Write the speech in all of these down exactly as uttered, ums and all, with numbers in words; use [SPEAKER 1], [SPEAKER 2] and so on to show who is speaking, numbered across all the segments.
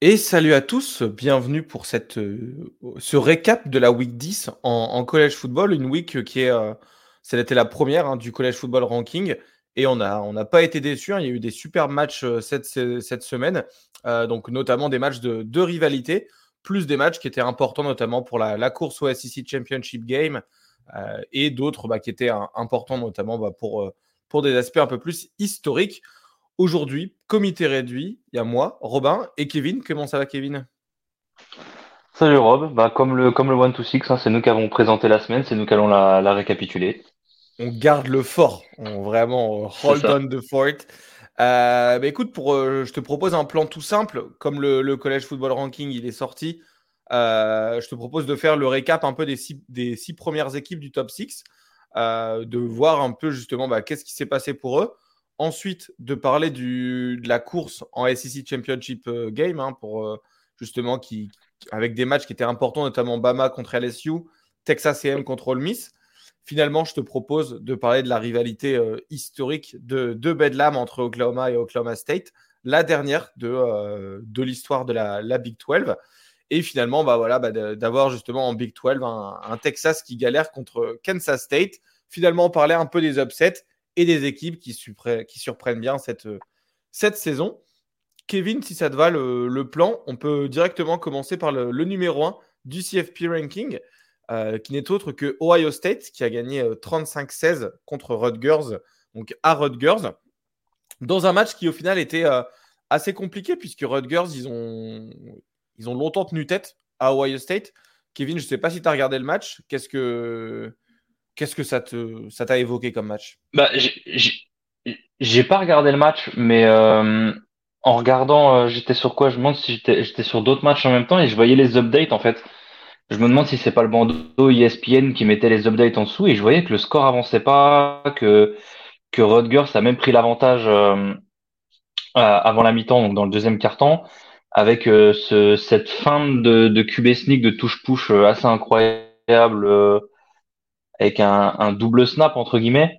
[SPEAKER 1] Et salut à tous, bienvenue pour cette, heu, ce récap de la week dix en en college football. Une week qui est, heu, c'était la première hein, du college football ranking et on a on n'a pas été déçus, hein. Il y a eu des super matchs, heu, cette se cette semaine, heu, donc notamment des matchs de de rivalité, plus des matchs qui étaient importants, notamment pour la la course au S E C Championship Game, heu et d'autres, bah, qui étaient im importants, notamment, bah, pour, heu, pour des aspects un peu plus historiques. Aujourd'hui, comité réduit, il y a moi, Robin et Kevin. Comment ça va, Kevin?
[SPEAKER 2] Salut Rob, bah comme le comme le one to six, hein, c'est nous qui avons présenté la semaine, c'est nous qui allons la, la récapituler.
[SPEAKER 1] On garde le fort, on vraiment euh,
[SPEAKER 2] C'est
[SPEAKER 1] hold
[SPEAKER 2] ça.
[SPEAKER 1] on the fort. Euh, bah écoute, pour, euh, je te propose un plan tout simple, comme le, le College Football Ranking il est sorti. Euh, je te propose de faire le récap un peu des six, des six premières équipes du top six, euh, de voir un peu justement bah, qu'est-ce qui s'est passé pour eux. Ensuite, de parler du, de la course en S E C Championship euh, Game, hein, pour euh, justement qui, avec des matchs qui étaient importants, notamment Bama contre L S U, Texas A and M contre Ole Miss. Finalement, je te propose de parler de la rivalité euh, historique de, de Bedlam entre Oklahoma et Oklahoma State, la dernière de, euh, de l'histoire de la, la Big douze. Et finalement, bah voilà, bah, d'avoir justement en Big douze un, un, Texas qui galère contre Kansas State. Finalement, on parlait un peu des upsets et des équipes qui, surpre- qui surprennent bien cette, cette saison. Kevin, si ça te va, le, le plan, on peut directement commencer par le, le numéro un du C F P ranking, euh, qui n'est autre que Ohio State, qui a gagné euh, trente-cinq seize contre Rutgers, donc à Rutgers, dans un match qui au final était euh, assez compliqué, puisque Rutgers, ils ont, ils ont longtemps tenu tête à Ohio State. Kevin, je ne sais pas si tu as regardé le match. Qu'est-ce que, qu'est-ce que ça te, ça t'a évoqué comme match?
[SPEAKER 2] Bah j'ai j'ai j'ai pas regardé le match, mais euh, en regardant, euh, j'étais sur quoi? Je me demande si j'étais j'étais sur d'autres matchs en même temps et je voyais les updates en fait. Je me demande si c'est pas le bandeau E S P N qui mettait les updates en dessous et je voyais que le score avançait pas, que que Rutgers a même pris l'avantage euh, à- avant la mi-temps, donc dans le deuxième quart-temps, avec euh, ce, cette fin de, de Q B sneak, de touche-push euh, assez incroyable, euh, avec un, un double snap entre guillemets.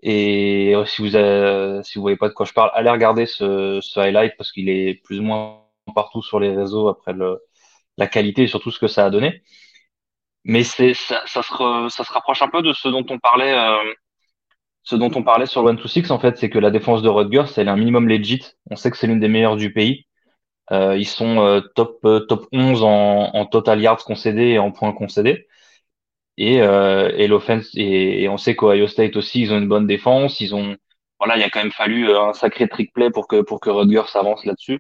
[SPEAKER 2] Et euh, si vous avez, si vous voyez pas de quoi je parle, allez regarder ce, ce highlight parce qu'il est plus ou moins partout sur les réseaux après le, la qualité et surtout ce que ça a donné. Mais c'est ça, ça se re- ça se rapproche un peu de ce dont on parlait, euh, ce dont on parlait sur le one to six en fait, c'est que la défense de Rutgers, elle est un minimum legit. On sait que c'est l'une des meilleures du pays. Euh, ils sont euh, top euh, top onze en, en total yards concédés et en points concédés. Et, euh, et l'offense et, et on sait qu'Ohio State aussi, ils ont une bonne défense. Ils ont voilà, il a quand même fallu euh, un sacré trick play pour que pour que Rutgers avance là-dessus.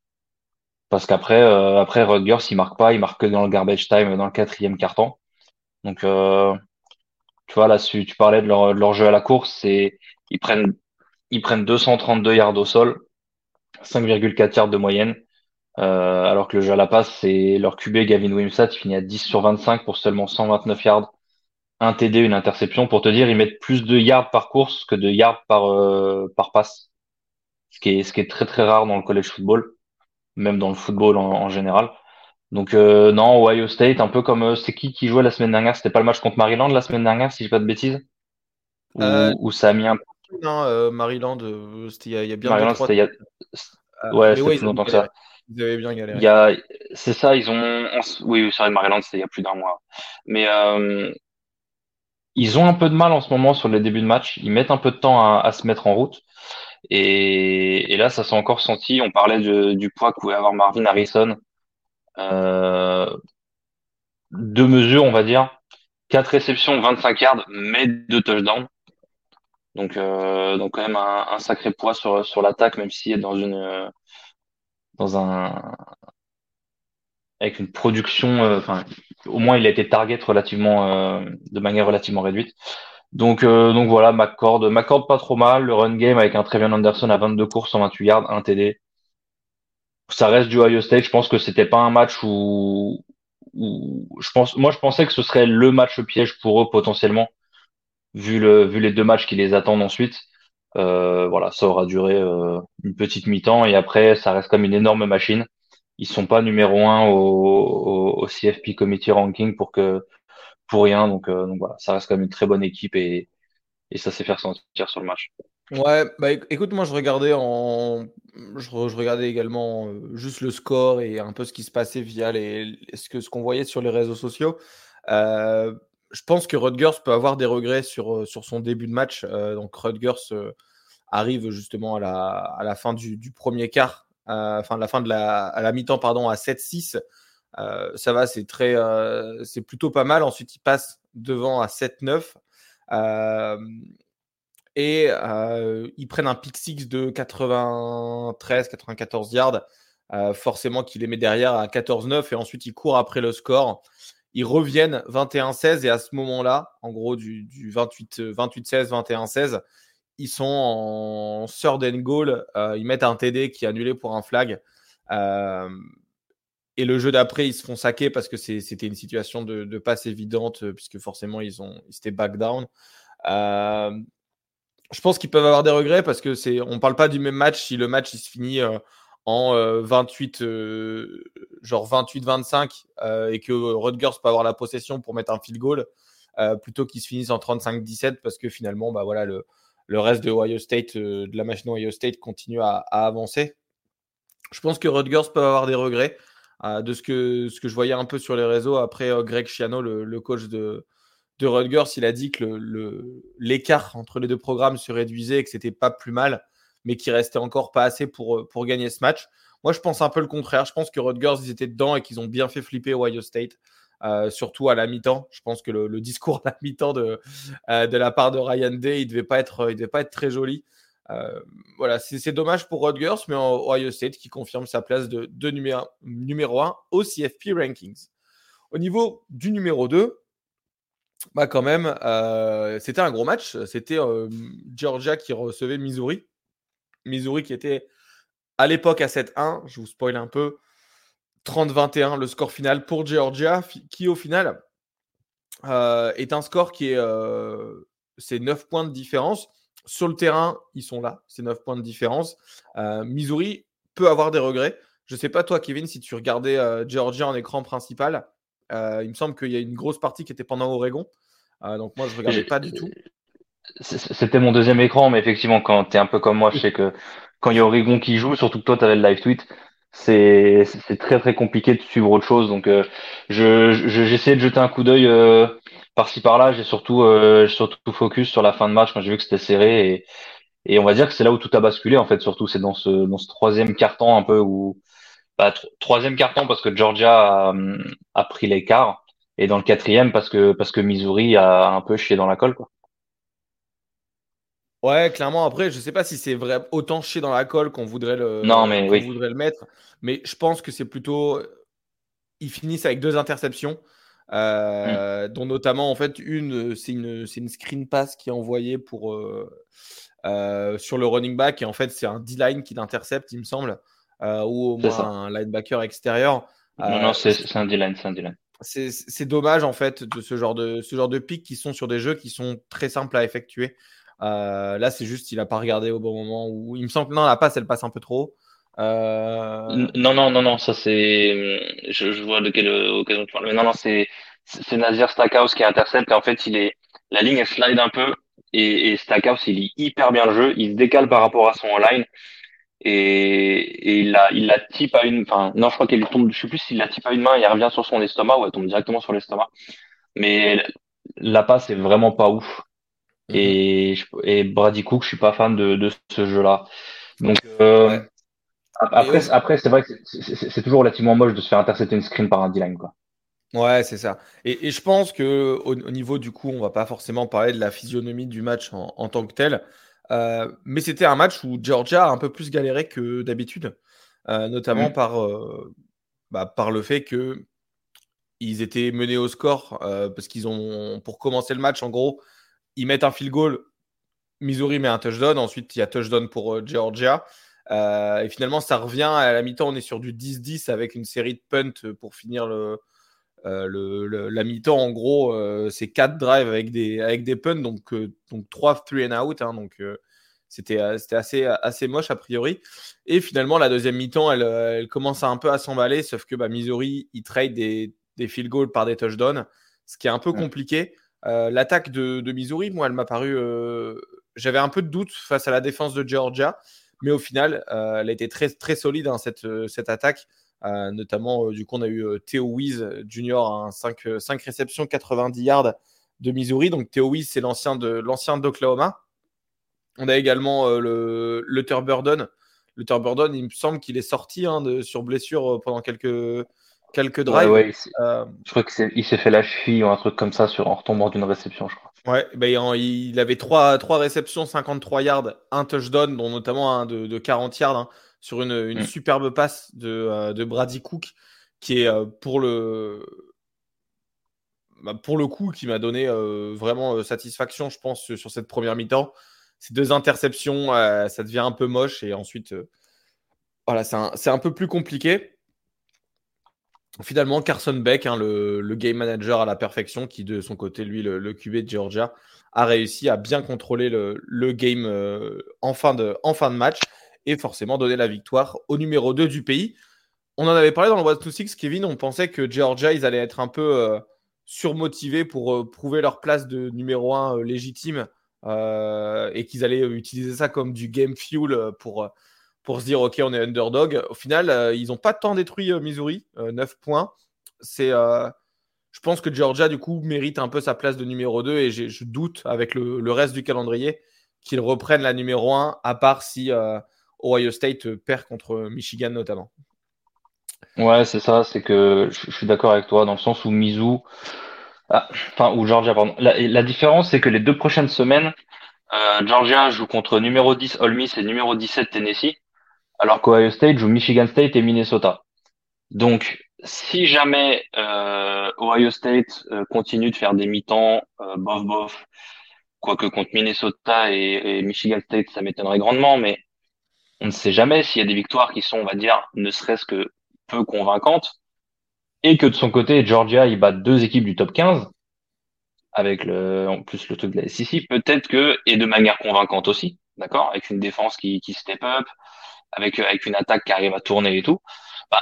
[SPEAKER 2] Parce qu'après euh, après Rutgers, ils marquent pas, ils marquent que dans le garbage time dans le quatrième quart-temps. Donc euh, tu vois là, si tu parlais de leur, de leur jeu à la course, c'est ils prennent ils prennent deux cent trente-deux yards au sol, cinq virgule quatre yards de moyenne. Euh, alors que le jeu à la passe, c'est leur Q B Gavin Wimsatt, il finit à dix sur vingt-cinq pour seulement cent vingt-neuf yards, un T D, une interception. Pour te dire, ils mettent plus de yards par course que de yards par euh, par passe, ce qui est ce qui est très très rare dans le college football, même dans le football en, en général. Donc euh, non, Ohio State, un peu comme euh, c'est qui qui jouait la semaine dernière, c'était pas le match contre Maryland la semaine dernière, si j'ai pas de bêtises,
[SPEAKER 1] Euh,
[SPEAKER 2] où, où ça a mis un
[SPEAKER 1] non, euh, Maryland, euh, c'était il y a, il y a bien deux
[SPEAKER 2] Maryland,
[SPEAKER 1] trois.
[SPEAKER 2] c'était il y a...
[SPEAKER 1] Euh,
[SPEAKER 2] ouais,
[SPEAKER 1] mais
[SPEAKER 2] c'était
[SPEAKER 1] ouais,
[SPEAKER 2] plus
[SPEAKER 1] ils avaient
[SPEAKER 2] longtemps que
[SPEAKER 1] galéré.
[SPEAKER 2] ça.
[SPEAKER 1] Ils avaient bien
[SPEAKER 2] Il
[SPEAKER 1] galéré.
[SPEAKER 2] y a, c'est ça, ils ont, on s- oui, oui, c'est vrai, Maryland, c'était il y a plus d'un mois. Mais euh, ils ont un peu de mal en ce moment sur les débuts de match. Ils mettent un peu de temps à, à se mettre en route. Et, et là, ça s'est encore senti. On parlait de- du poids que pouvait avoir Marvin Harrison. Euh, Deux mesures, on va dire. Quatre réceptions, vingt-cinq yards, mais deux touchdowns. Donc, euh, donc quand même un, un sacré poids sur, sur l'attaque, même s'il est dans une, euh, dans un, avec une production, euh, enfin, au moins il a été target relativement, euh, de manière relativement réduite. Donc, euh, donc voilà, McCord, McCord pas trop mal. Le run game avec un Trevion Anderson à vingt-deux courses, cent vingt-huit yards, un T D. Ça reste du Ohio State. Je pense que c'était pas un match où, où je pense, moi je pensais que ce serait le match piège pour eux potentiellement, vu le, vu les deux matchs qui les attendent ensuite. Euh, voilà, ça aura duré euh, une petite mi-temps et après ça reste comme une énorme machine. Ils sont pas numéro un au, au, au C F P Committee Ranking pour que pour rien. Donc, euh, donc voilà, ça reste comme une très bonne équipe et, et ça s'est fait ressentir sur le match.
[SPEAKER 1] Ouais, bah écoute, moi je regardais en, je, re- je regardais également euh, juste le score et un peu ce qui se passait via les, ce que ce qu'on voyait sur les réseaux sociaux. Euh, je pense que Rutgers peut avoir des regrets sur euh, sur son début de match. Euh, donc Rutgers euh, arrive justement à la à la fin du, du premier quart, euh, enfin la fin de la à la mi-temps pardon à sept six. Euh, ça va, c'est très euh, c'est plutôt pas mal. Ensuite, ils passent devant à sept neuf. Euh, et euh, ils prennent un pick six de quatre-vingt-treize quatre-vingt-quatorze yards. Euh, forcément, qui les met derrière à quatorze neuf. Et ensuite, ils courent après le score. Ils reviennent vingt et un seize. Et à ce moment-là, en gros, du, du vingt-huit seize, vingt et un seize, ils sont en third and goal. Euh, ils mettent un T D qui est annulé pour un flag. Euh, et le jeu d'après, ils se font saquer parce que c'est, c'était une situation de, de passe évidente, euh, puisque forcément, ils, ont, ils étaient back down. Euh, je pense qu'ils peuvent avoir des regrets parce que c'est, on parle pas du même match si le match il se finit euh, en euh, vingt-huit, euh, genre vingt-huit vingt-cinq euh, et que Rutgers peut avoir la possession pour mettre un field goal euh, plutôt qu'ils se finissent en trente-cinq dix-sept parce que finalement, bah voilà, le, le reste de Ohio State, euh, de la machine Ohio State continue à, à avancer. Je pense que Rutgers peut avoir des regrets euh, de ce que, ce que je voyais un peu sur les réseaux. Après, euh, Greg Schiano, le, le coach de, de Rutgers, il a dit que le, le, l'écart entre les deux programmes se réduisait et que c'était pas plus mal, mais qu'il restait encore pas assez pour, pour gagner ce match. Moi, je pense un peu le contraire. Je pense que Rutgers, ils étaient dedans et qu'ils ont bien fait flipper Ohio State, euh, surtout à la mi-temps. Je pense que le, le discours à la mi-temps de, euh, de la part de Ryan Day, il devait pas être, il devait pas être très joli. Euh, voilà, c'est, c'est dommage pour Rutgers, mais en Ohio State qui confirme sa place de, de numéro, numéro un au C F P Rankings. Au niveau du numéro deux, bah quand même, euh, c'était un gros match. C'était euh, Georgia qui recevait Missouri. Missouri qui était à l'époque à sept un. Je vous spoil un peu. trente vingt et un le score final pour Georgia, qui au final euh, est un score qui est... Euh, c'est neuf points de différence. Sur le terrain, ils sont là. C'est neuf points de différence. Euh, Missouri peut avoir des regrets. Je ne sais pas toi, Kevin, si tu regardais euh, Georgia en écran principal. Euh, il me semble qu'il y a une grosse partie qui était pendant Oregon. Euh, donc moi, je ne regardais
[SPEAKER 2] J'ai-
[SPEAKER 1] pas du tout.
[SPEAKER 2] C'était mon deuxième écran, mais effectivement, quand t'es un peu comme moi, je sais que quand il y a Oregon qui joue, surtout que toi, t'avais le live tweet, c'est c'est très très compliqué de suivre autre chose. Donc, euh, je je- j'essayais de jeter un coup d'œil euh, par-ci par-là. J'ai surtout euh, j'ai surtout focus sur la fin de match quand j'ai vu que c'était serré et et on va dire que c'est là où tout a basculé en fait. Surtout, c'est dans ce dans ce troisième quart-temps un peu où bah, tro- troisième quart-temps parce que Georgia a, a pris l'écart et dans le quatrième parce que parce que Missouri a un peu chié dans la colle quoi.
[SPEAKER 1] Ouais, clairement. Après, je sais pas si c'est vrai autant chier dans la colle qu'on voudrait
[SPEAKER 2] Non,
[SPEAKER 1] le
[SPEAKER 2] mais
[SPEAKER 1] qu'on
[SPEAKER 2] oui.
[SPEAKER 1] voudrait le mettre, mais je pense que c'est plutôt ils finissent avec deux interceptions,
[SPEAKER 2] Hmm.
[SPEAKER 1] euh, dont notamment en fait une c'est une c'est une screen pass qui est envoyée pour euh, euh, sur le running back et en fait c'est un D-line qui l'intercepte, il me semble, euh, ou au
[SPEAKER 2] C'est
[SPEAKER 1] moins
[SPEAKER 2] ça.
[SPEAKER 1] un linebacker extérieur.
[SPEAKER 2] Non, non,
[SPEAKER 1] Euh,
[SPEAKER 2] c'est c'est un D-line, c'est un D-line.
[SPEAKER 1] c'est c'est dommage en fait de ce genre de ce genre de pics qui sont sur des jeux qui sont très simples à effectuer. Euh, là, c'est juste il a pas regardé au bon moment où il me semble que non la passe elle passe un peu trop haut. Euh,
[SPEAKER 2] N- Non, non, non, non, ça c'est, je, je vois de quelle occasion tu parles. Mais non, non, c'est, c'est c'est Nazir Stackhouse qui intercepte et en fait, il est, la ligne elle slide un peu et, et Stackhouse il lit hyper bien le jeu, il se décale par rapport à son line et, et il la, il la type à une, enfin, non, je crois qu'elle lui tombe, je sais plus s'il la type à une main et elle revient sur son estomac ou elle tombe directement sur l'estomac. Mais la passe est vraiment pas ouf.
[SPEAKER 1] mhm.
[SPEAKER 2] Et, je- et Brady Cook, je suis pas fan de, de ce jeu-là. Donc, euh,
[SPEAKER 1] Ouais. Mais au,
[SPEAKER 2] après, après, c'est vrai que c'est c'est- c'est- c'est toujours relativement moche de se faire intercepter une screen par un D-line, quoi.
[SPEAKER 1] Ouais, c'est ça. Et, et je pense que au, au niveau du coup, on va pas forcément parler de la physionomie du match en, en tant que tel, Euh, mais c'était un match où Georgia a un peu plus galéré que d'habitude, euh, notamment
[SPEAKER 2] Hmm,
[SPEAKER 1] par, euh, bah, par le fait que ils étaient menés au score euh, parce qu'ils ont pour commencer le match en gros, ils mettent un field goal, Missouri met un touchdown, ensuite il y a touchdown pour euh, Georgia. Euh, et finalement, ça revient à la mi-temps, on est sur du dix dix avec une série de punts pour finir le, euh, le, le- la mi-temps, en gros, euh, c'est quatre drives avec des, avec des punts, donc, euh, donc trois three and out. Hein, donc, euh, c'était, euh, c'était assez, assez moche a priori. Et finalement, la deuxième mi-temps, elle, euh, elle commence à un peu à s'emballer, sauf que bah, Missouri, il trade des, des field goals par des touchdowns, ce qui est un peu
[SPEAKER 2] hmm.
[SPEAKER 1] compliqué. Euh, l'attaque de, de Missouri, moi, elle m'a paru, euh, j'avais un peu de doute face à la défense de Georgia, mais au final, euh, elle a été très, très solide, hein, cette, cette attaque. Euh, notamment, euh, du coup, on a eu euh, Theo Wease Junior, hein, cinq, cinq réceptions, quatre-vingt-dix yards de Missouri. Donc, Theo Wease, c'est l'ancien, de, l'ancien d'Oklahoma. On a également euh, le Luther Burden. Luther Burden, il me semble qu'il est sorti hein, de, sur blessure euh, pendant quelques, quelques
[SPEAKER 2] Ouais,
[SPEAKER 1] drives.
[SPEAKER 2] ouais, il s'est-
[SPEAKER 1] Euh,
[SPEAKER 2] je crois qu'il s'est il s'est fait la cheville ou un truc comme ça sur, en retombant d'une réception, je crois.
[SPEAKER 1] ouais, ben, il, il avait trois, trois réceptions, cinquante-trois yards, un touchdown, dont notamment un de, de quarante yards hein, sur une, une
[SPEAKER 2] Mm.
[SPEAKER 1] superbe passe de, euh, de Brady Cook, qui est euh, pour le, bah, pour le coup, qui m'a donné euh, vraiment euh, satisfaction, je pense, sur, sur cette première mi-temps. Ces deux interceptions, euh, ça devient un peu moche et ensuite, euh, voilà, c'est un, c'est un peu plus compliqué. Finalement, Carson Beck, hein, le, le game manager à la perfection, qui de son côté, lui, le, le Q B de Georgia, a réussi à bien contrôler le, le game euh, en, fin de, en fin de match et forcément donner la victoire au numéro deux du pays. On en avait parlé dans le What to Six, Kevin, on pensait que Georgia, ils allaient être un peu euh, surmotivés pour euh, prouver leur place de numéro un euh, légitime euh, et qu'ils allaient utiliser ça comme du game fuel euh, pour, pour se dire, OK, on est underdog. Au final, euh, ils n'ont pas tant détruit euh, Missouri, euh, neuf points. C'est, euh, je pense que Georgia, du coup, mérite un peu sa place de numéro deux et j'ai- je doute, avec le, le reste du calendrier, qu'ils reprennent la numéro un, à part si euh, Ohio State euh, perd contre Michigan notamment.
[SPEAKER 2] Ouais, c'est ça, c'est que je, je suis d'accord avec toi dans le sens où Mizzou, ah, enfin, ou Georgia, pardon. La, la différence, c'est que les deux prochaines semaines, euh, Georgia joue contre numéro dix Ole Miss et numéro dix-sept Tennessee, alors qu'Ohio State joue Michigan State et Minnesota. Donc, si jamais euh, Ohio State euh, continue de faire des mi-temps, euh, bof bof, quoique contre Minnesota et, et Michigan State, ça m'étonnerait grandement, mais on ne sait jamais s'il y a des victoires qui sont, on va dire, ne serait-ce que peu convaincantes, et que de son côté, Georgia, il bat deux équipes du top quinze, avec le, en plus le truc de la S E C, peut-être que, et de manière convaincante aussi, d'accord, avec une défense qui, qui step up, avec, avec une attaque qui arrive à tourner et tout, bah,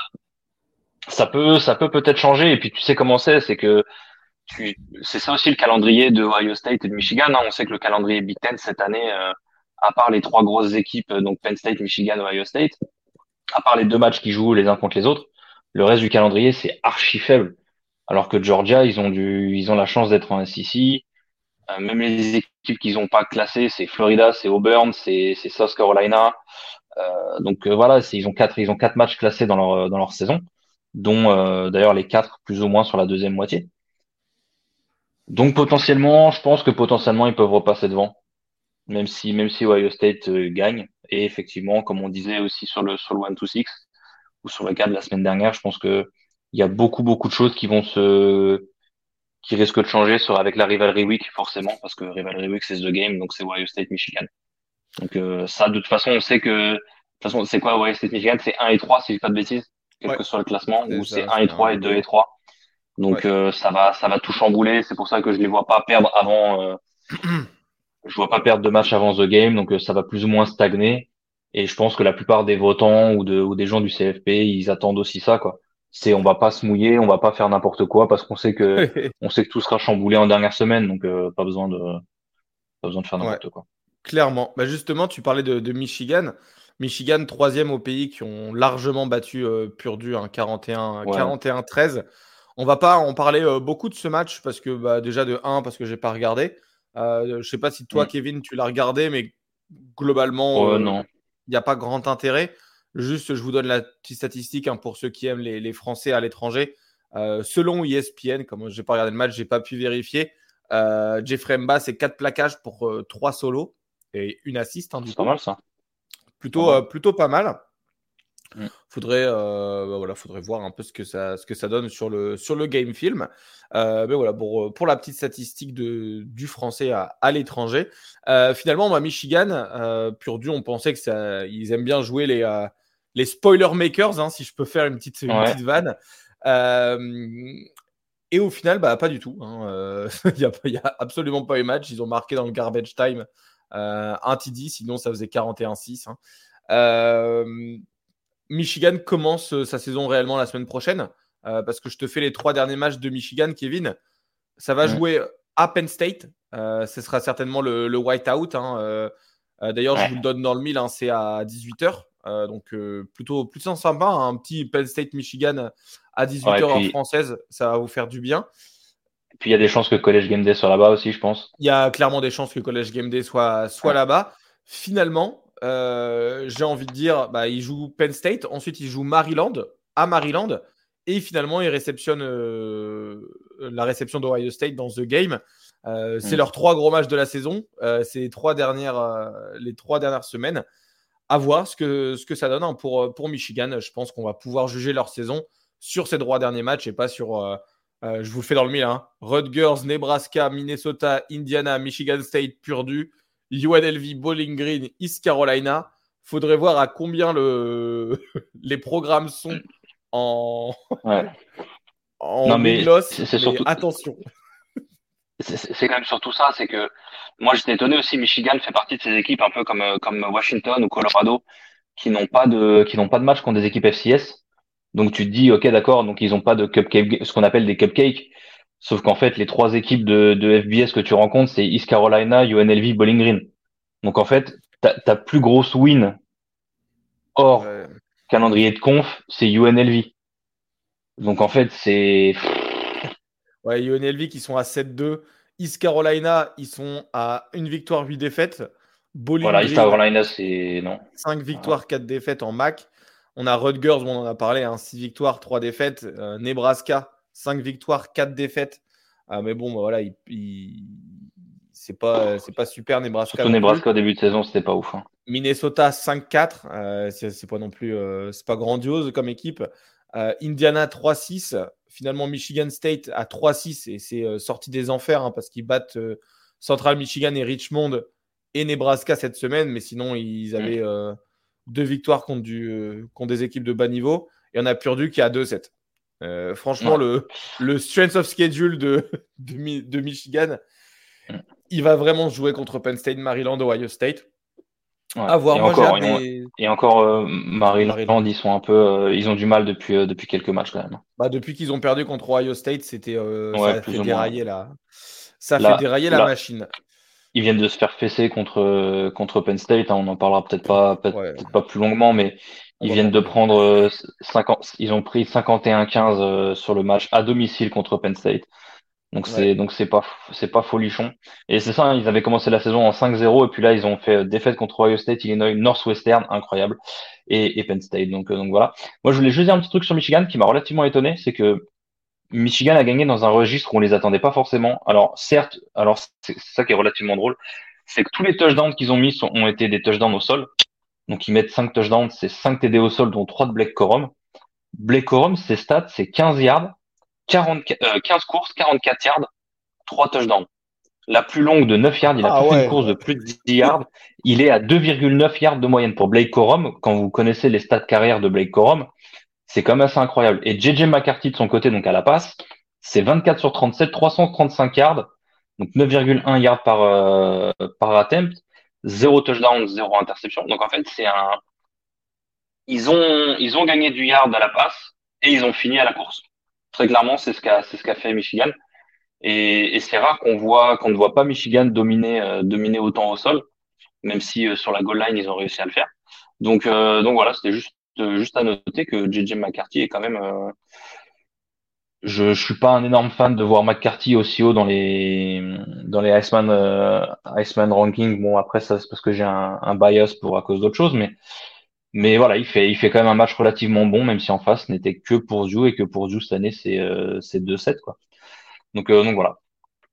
[SPEAKER 2] ça peut, ça peut peut-être changer. Et puis tu sais comment c'est, c'est que tu, c'est ça aussi le calendrier de Ohio State et de Michigan. Hein. On sait que le calendrier Big Ten cette année, euh, à part les trois grosses équipes, euh, donc Penn State, Michigan, Ohio State, à part les deux matchs qu'ils jouent les uns contre les autres, le reste du calendrier c'est archi faible. Alors que Georgia, ils ont du, ils ont la chance d'être en S E C. Euh, même les équipes qu'ils n'ont pas classées, c'est Florida, c'est Auburn, c'est, c'est South Carolina. Euh, donc euh, voilà, c'est, ils ont quatre, ils ont quatre matchs classés dans leur dans leur saison, dont euh, d'ailleurs les quatre plus ou moins sur la deuxième moitié. Donc potentiellement, je pense que potentiellement ils peuvent repasser devant, même si même si Ohio State euh, gagne. Et effectivement, comme on disait aussi sur le sur le one to six ou sur le cas de la semaine dernière, je pense que il y a beaucoup beaucoup de choses qui vont se qui risquent de changer sur avec la rivalry week forcément, parce que rivalry week c'est the game, donc c'est Ohio State Michigan. Donc euh, ça, de toute façon, on sait que de toute façon c'est quoi Ohio State Michigan, c'est un et trois si je dis pas de bêtises, quel
[SPEAKER 1] Ouais,
[SPEAKER 2] que soit le classement,
[SPEAKER 1] c'est
[SPEAKER 2] ou c'est
[SPEAKER 1] ça,
[SPEAKER 2] un et
[SPEAKER 1] c'est un
[SPEAKER 2] trois et
[SPEAKER 1] et
[SPEAKER 2] deux et
[SPEAKER 1] trois.
[SPEAKER 2] trois.
[SPEAKER 1] Ouais.
[SPEAKER 2] Donc euh, ça va ça va tout chambouler. C'est pour ça que je les vois pas perdre avant. Euh, je vois pas perdre de match avant the game. Donc euh, ça va plus ou moins stagner. Et je pense que la plupart des votants ou de ou des gens du C F P, ils attendent aussi ça quoi. C'est on va pas se mouiller, on va pas faire n'importe quoi parce qu'on sait que on sait que tout sera chamboulé en dernière semaine. Donc euh, pas besoin de pas besoin de faire
[SPEAKER 1] Ouais,
[SPEAKER 2] n'importe quoi.
[SPEAKER 1] clairement. Bah justement, tu parlais de, de Michigan. Michigan, troisième au pays, qui ont largement battu euh, Purdue, hein, quarante et un,
[SPEAKER 2] Ouais.
[SPEAKER 1] quarante et un treize. On va pas en parler euh, beaucoup de ce match parce que bah, déjà de un, parce que j'ai pas regardé. Euh, je sais pas si toi,
[SPEAKER 2] Mm.
[SPEAKER 1] Kevin, tu l'as regardé, mais globalement,
[SPEAKER 2] Oh
[SPEAKER 1] il
[SPEAKER 2] non.
[SPEAKER 1] n'y a pas grand intérêt. Juste, je vous donne la petite statistique hein, pour ceux qui aiment les, les Français à l'étranger. Euh, selon E S P N, comme je n'ai pas regardé le match, j'ai pas pu vérifier. Euh, Jeffrey Mba, c'est quatre plaquages pour euh, trois solos et une assist, hein, du
[SPEAKER 2] C'est pas
[SPEAKER 1] coup.
[SPEAKER 2] mal ça. C'est pas
[SPEAKER 1] Plutôt, euh,
[SPEAKER 2] mal.
[SPEAKER 1] plutôt pas mal.
[SPEAKER 2] Mm.
[SPEAKER 1] Faudrait, euh, bah voilà, faudrait voir un peu ce que ça, ce que ça donne sur le, sur le game film. Euh, mais voilà, pour, pour la petite statistique de, du français à, à l'étranger. Euh, finalement, moi, Michigan, euh, Purdue, on pensait que ça, ils aiment bien jouer les, euh, les spoiler makers, hein, si je peux faire une petite, une
[SPEAKER 2] Ouais.
[SPEAKER 1] petite vanne. Euh, et au final, bah, pas du tout. Hein. Euh, il n'y a, il y a absolument pas eu match. Ils ont marqué dans le garbage time euh, un T D, sinon ça faisait quarante et un six. Hein. Euh, Michigan commence euh, sa saison réellement la semaine prochaine, euh, parce que je te fais les trois derniers matchs de Michigan, Kevin. Ça va
[SPEAKER 2] Mm.
[SPEAKER 1] jouer à Penn State. Euh, ce sera certainement le, le whiteout. Hein. Euh, euh, d'ailleurs, ouais. je vous le donne dans le mille, hein, c'est à dix-huit heures. Euh, donc, euh, plutôt, plutôt sympa. Hein, un petit Penn State-Michigan à dix-huit heures ouais, puis... heure française. Ça va vous faire du bien.
[SPEAKER 2] Et puis, il y a des chances que College Game Day soit là-bas aussi, je pense.
[SPEAKER 1] Il y a clairement des chances que College Game Day soit, soit ouais. là-bas. Finalement, euh, j'ai envie de dire, bah, il joue Penn State. Ensuite, il joue Maryland, à Maryland. Et finalement, ils réceptionnent euh, la réception d'Ohio State dans The Game. Euh, c'est mmh. leurs trois gros matchs de la saison. Euh, c'est les trois dernières, euh, les trois dernières semaines. À voir ce que, ce que ça donne hein, pour, pour Michigan. Je pense qu'on va pouvoir juger leur saison sur ces trois derniers matchs et pas sur, euh, euh, je vous le fais dans le mille, hein, Rutgers, Nebraska, Minnesota, Indiana, Michigan State, Purdue, U N L V, Bowling Green, East Carolina. Faudrait voir à combien le... les programmes sont en,
[SPEAKER 2] ouais.
[SPEAKER 1] en non, mais loss, c'est, c'est mais surtout... attention.
[SPEAKER 2] C'est, c'est quand même surtout ça, c'est que moi j'étais étonné aussi, Michigan fait partie de ces équipes un peu comme, comme Washington ou Colorado qui n'ont pas de qui n'ont pas de match contre des équipes F C S. Donc tu te dis ok d'accord, donc ils n'ont pas de cupcake, ce qu'on appelle des cupcakes. Sauf qu'en fait les trois équipes de, de F B S que tu rencontres c'est East Carolina, U N L V, Bowling Green. Donc en fait ta, ta plus grosse win hors ouais. calendrier de conf c'est U N L V. Donc en fait c'est
[SPEAKER 1] ouais, U N L V qui sont à sept deux. East Carolina, ils sont à une victoire, huit défaites. Bowling
[SPEAKER 2] voilà,
[SPEAKER 1] Green,
[SPEAKER 2] East Carolina, c'est non.
[SPEAKER 1] cinq victoires, voilà. quatre défaites en M A C. On a Rutgers, on en a parlé, hein, six victoires, trois défaites. Euh, Nebraska, cinq victoires, quatre défaites. Euh, mais bon, bah, voilà, il, il... c'est pas, c'est pas super Nebraska.
[SPEAKER 2] Surtout Nebraska au début de saison, c'était pas ouf. Hein.
[SPEAKER 1] Minnesota, cinq quatre. Euh, c'est, c'est pas non plus, euh, c'est pas grandiose comme équipe. Euh, Indiana, trois six. Finalement, Michigan State à trois six et c'est euh, sorti des enfers hein, parce qu'ils battent euh, Central Michigan et Richmond et Nebraska cette semaine. Mais sinon, ils avaient euh, deux victoires contre, du, euh, contre des équipes de bas niveau. Et on a Purdue qui a deux sept. Euh, franchement, ouais. le, le strength of schedule de, de, de Michigan, ouais. il va vraiment jouer contre Penn State, Maryland, Ohio State.
[SPEAKER 2] Ouais. À voir. Et, moi, encore, des... et encore, euh, Maryland, Maryland, ils sont un peu, euh, ils ont du mal depuis euh, depuis quelques matchs quand même.
[SPEAKER 1] Bah, depuis qu'ils ont perdu contre Ohio State, c'était, euh,
[SPEAKER 2] ouais,
[SPEAKER 1] ça a fait dérailler la, ça là, fait dérailler là, la machine.
[SPEAKER 2] Ils viennent de se faire fesser contre contre Penn State. Hein, on en parlera peut-être pas, peut-être, ouais. peut-être pas plus longuement, mais on ils viennent de prendre euh, cinquante, ils ont pris cinquante et un quinze euh, sur le match à domicile contre Penn State. Donc c'est ouais. donc c'est pas c'est pas folichon. Et c'est ça, hein, ils avaient commencé la saison en cinq zéro et puis là ils ont fait défaite contre Ohio State, Illinois, Northwestern, incroyable, et, et Penn State. Donc euh, donc voilà. Moi je voulais juste dire un petit truc sur Michigan qui m'a relativement étonné, c'est que Michigan a gagné dans un registre où on les attendait pas forcément. Alors certes, alors c'est, c'est ça qui est relativement drôle, c'est que tous les touchdowns qu'ils ont mis sont, ont été des touchdowns au sol. Donc ils mettent cinq touchdowns, c'est cinq T D au sol dont trois de Blake Corum. Blake Corum, ses stats c'est quinze yards. quarante, euh, quinze courses, quarante-quatre yards, trois touchdowns. La plus longue de neuf yards, il a ah, fait ouais. une course de plus de dix yards. Il est à deux virgule neuf yards de moyenne pour Blake Corum. Quand vous connaissez les stats carrière de Blake Corum, c'est quand même assez incroyable. Et J J McCarthy de son côté, donc à la passe, c'est vingt-quatre sur trente-sept, trois cent trente-cinq yards, donc neuf virgule un yards par, euh, par attempt, zéro touchdown, zéro interception. Donc en fait, c'est un, ils ont, ils ont gagné du yard à la passe et ils ont fini à la course. Très clairement, c'est ce qu'a, c'est ce qu'a fait Michigan. Et, et c'est rare qu'on voit, qu'on ne voit pas Michigan dominer, euh, dominer autant au sol, même si euh, sur la goal line ils ont réussi à le faire. Donc, euh, donc voilà, c'était juste, euh, juste à noter que J J McCarthy est quand même. Euh, je, je suis pas un énorme fan de voir McCarthy aussi haut dans les, dans les Iceman, euh, Iceman ranking. Bon après ça c'est parce que j'ai un, un bias pour à cause d'autre chose, mais mais voilà, il fait, il fait quand même un match relativement bon, même si en face n'était que pour Purdue et que pour Purdue cette année c'est, euh, c'est deux sept quoi. Donc, euh, donc voilà.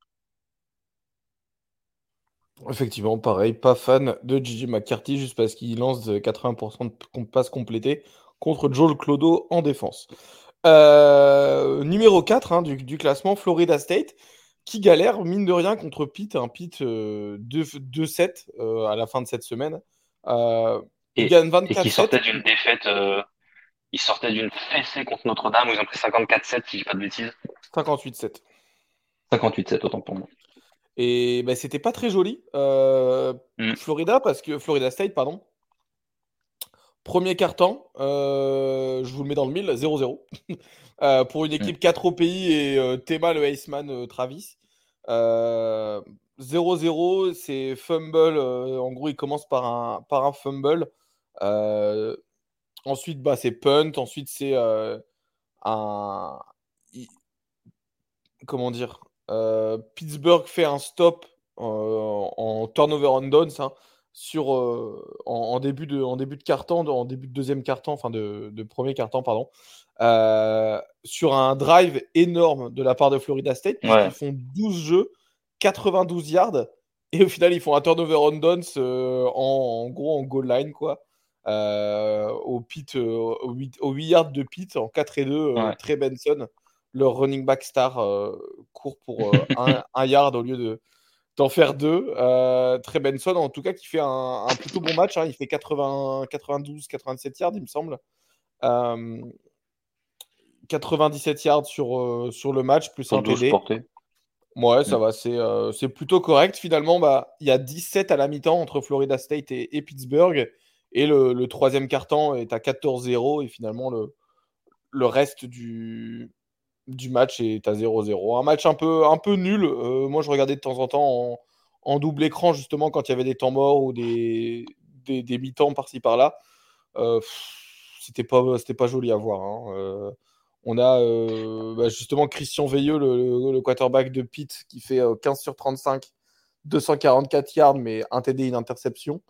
[SPEAKER 1] Effectivement, pareil, pas fan de J J McCarthy juste parce qu'il lance de quatre-vingts pour cent de passes complétées contre Joel Clodo en défense. Euh, numéro quatre hein, du, du classement, Florida State, qui galère, mine de rien, contre Pitt, un Pitt euh, deux sept euh, à la fin de cette semaine. Euh,
[SPEAKER 2] et, gagne vingt-quatre sept. Et qui sortait d'une défaite, euh, ils sortaient d'une fessée contre Notre-Dame où ils ont pris cinquante-quatre sept, si je dis pas de bêtises.
[SPEAKER 1] cinquante-huit sept.
[SPEAKER 2] cinquante-huit sept, autant pour moi.
[SPEAKER 1] Et ben, c'était pas très joli, euh, mm. Florida, parce que Florida State, pardon. Premier quart-temps, euh, je vous le mets dans le mille, zéro zéro. euh, pour une équipe mm. quatre au pays et euh, Thema, le Iceman, euh, Travis. Euh, zéro zéro, c'est fumble. Euh, en gros, il commence par un, par un fumble. Euh, ensuite, bah, c'est punt. Ensuite, c'est euh, un. il- Comment dire? Euh, Pittsburgh fait un stop euh, en turnover on downs, hein, sur, euh, en, en début de, en début de quart-temps, en début de deuxième quart-temps, enfin de, de premier quart-temps, pardon, euh, sur un drive énorme de la part de Florida State,
[SPEAKER 2] Ouais.
[SPEAKER 1] puisqu'ils font douze jeux, quatre-vingt-douze yards, et au final, ils font un turnover on downs euh, en, en gros en goal line, quoi. Euh, au pit, euh, au huit au huit yards de pit, en quatre et deux, euh,
[SPEAKER 2] Ouais.
[SPEAKER 1] Trey Benson, leur running back star, euh, court pour euh, un, un yard au lieu de d'en faire deux. Euh, Trey Benson, en tout cas, qui fait un, un plutôt bon match, hein. Il fait quatre-vingts, quatre-vingt-douze, quatre-vingt-sept yards, il me semble. Euh, quatre-vingt-dix-sept yards sur, euh, sur le match, plus
[SPEAKER 2] Sur
[SPEAKER 1] un
[SPEAKER 2] douze
[SPEAKER 1] T D.
[SPEAKER 2] portées.
[SPEAKER 1] Ouais, ça
[SPEAKER 2] Mm.
[SPEAKER 1] va, c'est euh, c'est plutôt correct. Finalement, bah, il y a dix-sept à la mi-temps entre Florida State et, et Pittsburgh. Et le, le troisième quart-temps est à quatorze zéro. Et finalement, le, le reste du, du match est à zéro zéro. Un match un peu, un peu nul. Euh, moi, je regardais de temps en temps en, en double écran, justement, quand il y avait des temps morts ou des, des, des mi-temps par-ci par-là. Euh, pff, c'était pas, c'était pas joli à voir, hein. Euh, on a euh, bah, justement Christian Veilleux, le, le- le quarterback de Pitt, qui fait euh, quinze sur trente-cinq, deux cent quarante-quatre yards, mais un T D, une interception.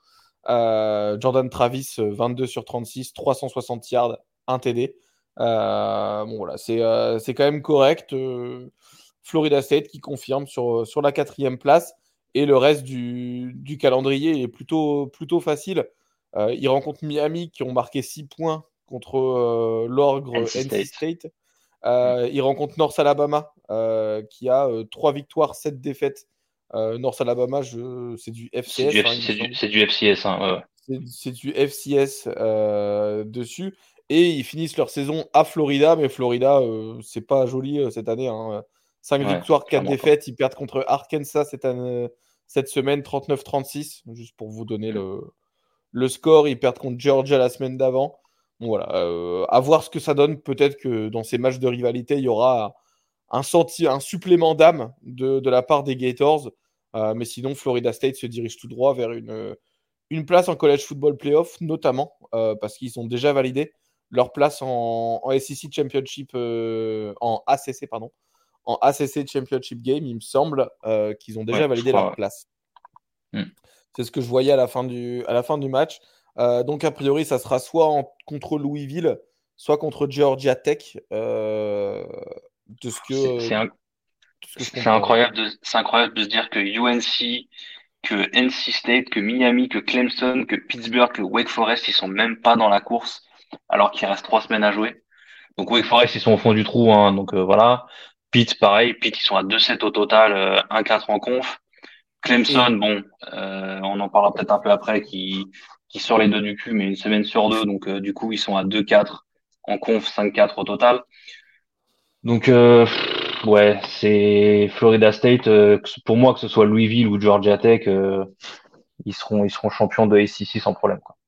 [SPEAKER 1] Euh, Jordan Travis, euh, vingt-deux sur trente-six, trois cent soixante yards, un T D. Euh, bon, voilà, c'est euh, c'est quand même correct. Euh, Florida State qui confirme sur, sur la quatrième place. Et le reste du, du calendrier est plutôt, plutôt facile. Euh, ils rencontrent Miami qui ont marqué six points contre euh, l'Orgre
[SPEAKER 2] N C
[SPEAKER 1] N C
[SPEAKER 2] State.
[SPEAKER 1] State.
[SPEAKER 2] Mm.
[SPEAKER 1] Euh, ils rencontrent North Alabama euh, qui a euh, trois victoires, sept défaites. Euh, North Alabama, je... c'est du
[SPEAKER 2] C'est du
[SPEAKER 1] F C S, hein,
[SPEAKER 2] F C,
[SPEAKER 1] il me
[SPEAKER 2] c'est du,
[SPEAKER 1] semble.
[SPEAKER 2] c'est du F C S, hein, ouais, ouais.
[SPEAKER 1] C'est c'est du F C S euh, dessus. Et ils finissent leur saison à Florida, mais Florida, euh, c'est pas joli euh, cette année, hein. cinq
[SPEAKER 2] Ouais,
[SPEAKER 1] victoires, quatre
[SPEAKER 2] clairement pas.
[SPEAKER 1] défaites. Ils perdent contre Arkansas cette, année- cette semaine, trente-neuf trente-six, juste pour vous donner
[SPEAKER 2] Mm.
[SPEAKER 1] le, le score. Ils perdent contre Georgia la semaine d'avant. Bon, voilà, euh, à voir ce que ça donne. Peut-être que dans ces matchs de rivalité, il y aura un, senti, un supplément d'âme de, de la part des Gators. Euh, mais sinon, Florida State se dirige tout droit vers une, une place en college football playoff, notamment euh, parce qu'ils ont déjà validé leur place en, en S E C Championship, euh, en A C C, pardon, en A C C Championship Game, il me semble euh, qu'ils ont déjà
[SPEAKER 2] Ouais, je
[SPEAKER 1] validé leur
[SPEAKER 2] crois.
[SPEAKER 1] place.
[SPEAKER 2] Ouais. Mm.
[SPEAKER 1] C'est ce que je voyais à la fin du, à la fin du match. Euh, donc, a priori, ça sera soit en- contre Louisville, soit contre Georgia Tech, euh, de, ce que,
[SPEAKER 2] C'est
[SPEAKER 1] euh,
[SPEAKER 2] c'est un-
[SPEAKER 1] de ce que je
[SPEAKER 2] c'est
[SPEAKER 1] comprends. Ouais.
[SPEAKER 2] incroyable de, c'est incroyable de se dire que U N C, que N C State, que Miami, que Clemson, que Pittsburgh, que Wake Forest, ils sont même pas dans la course, alors qu'il reste trois semaines à jouer. Donc Wake Forest, ils sont au fond du trou, hein, donc euh, voilà. Pitt, pareil. Pitt, ils sont à deux sept au total, euh, un quatre en conf. Clemson,
[SPEAKER 1] Et,
[SPEAKER 2] bon, euh, on en parlera peut-être un peu après, qui, qui sort les deux du cul, mais une semaine sur deux, donc euh, du coup, ils sont à deux quatre en conf, cinq quatre au total. Donc, euh, pff, ouais, c'est Florida State. Euh, que ce- pour moi, que ce soit Louisville ou Georgia Tech, euh, ils seront, ils seront champions de S E C sans problème, quoi.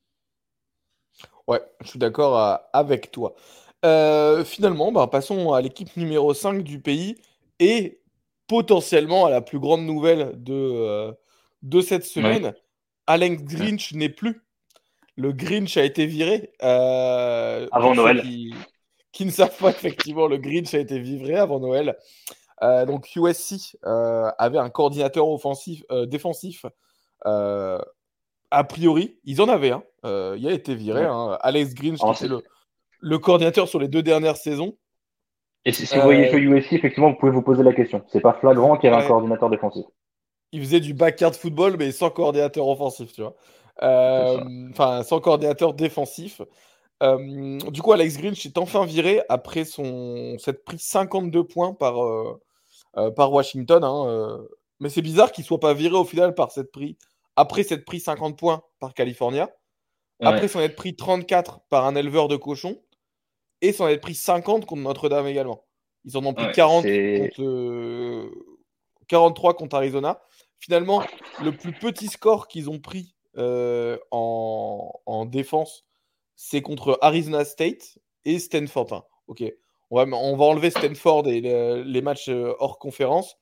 [SPEAKER 1] ouais, je suis d'accord euh, avec toi. Euh, finalement, bah, passons à l'équipe numéro cinq du pays et potentiellement à la plus grande nouvelle de, euh, de cette
[SPEAKER 2] Oui,
[SPEAKER 1] semaine. Alex Grinch n'est plus. Le Grinch a été viré. Euh,
[SPEAKER 2] avant
[SPEAKER 1] pour ceux
[SPEAKER 2] Noël.
[SPEAKER 1] qui, qui ne savent pas, effectivement, le Grinch a été viré avant Noël. Euh, donc U S C euh, avait un coordinateur offensif, euh, défensif. Euh, a priori, ils en avaient un. Euh, il a été viré,
[SPEAKER 2] Ouais.
[SPEAKER 1] hein. Alex Grinch, qui
[SPEAKER 2] Alors,
[SPEAKER 1] était
[SPEAKER 2] c'est-
[SPEAKER 1] le, le coordinateur sur les deux dernières saisons.
[SPEAKER 2] et si, si vous voyez que
[SPEAKER 1] Euh,
[SPEAKER 2] U S C, effectivement, vous pouvez vous poser la question. C'est pas flagrant qu'il y avait un
[SPEAKER 1] ouais,
[SPEAKER 2] coordinateur défensif.
[SPEAKER 1] il faisait du backyard football, mais sans coordinateur offensif, tu vois.
[SPEAKER 2] C'est ça.
[SPEAKER 1] Euh, Enfin, sans coordinateur défensif. Euh, du coup, Alex Grinch est enfin viré après son s'être pris cinquante-deux points par, euh, euh, par Washington, hein, euh. Mais c'est bizarre qu'il soit pas viré au final par cette pris après s'être pris cinquante points par California,
[SPEAKER 2] Ouais,
[SPEAKER 1] après s'en être pris trente-quatre par un éleveur de cochons et s'en être pris cinquante contre Notre-Dame également. Ils en ont pris
[SPEAKER 2] ouais,
[SPEAKER 1] quarante
[SPEAKER 2] c'est.
[SPEAKER 1] contre euh, quarante-trois contre Arizona. Finalement, le plus petit score qu'ils ont pris euh, en, en défense, c'est contre Arizona State et Stanford. Enfin, ok, on va, on va enlever Stanford et le- les matchs euh, hors conférence.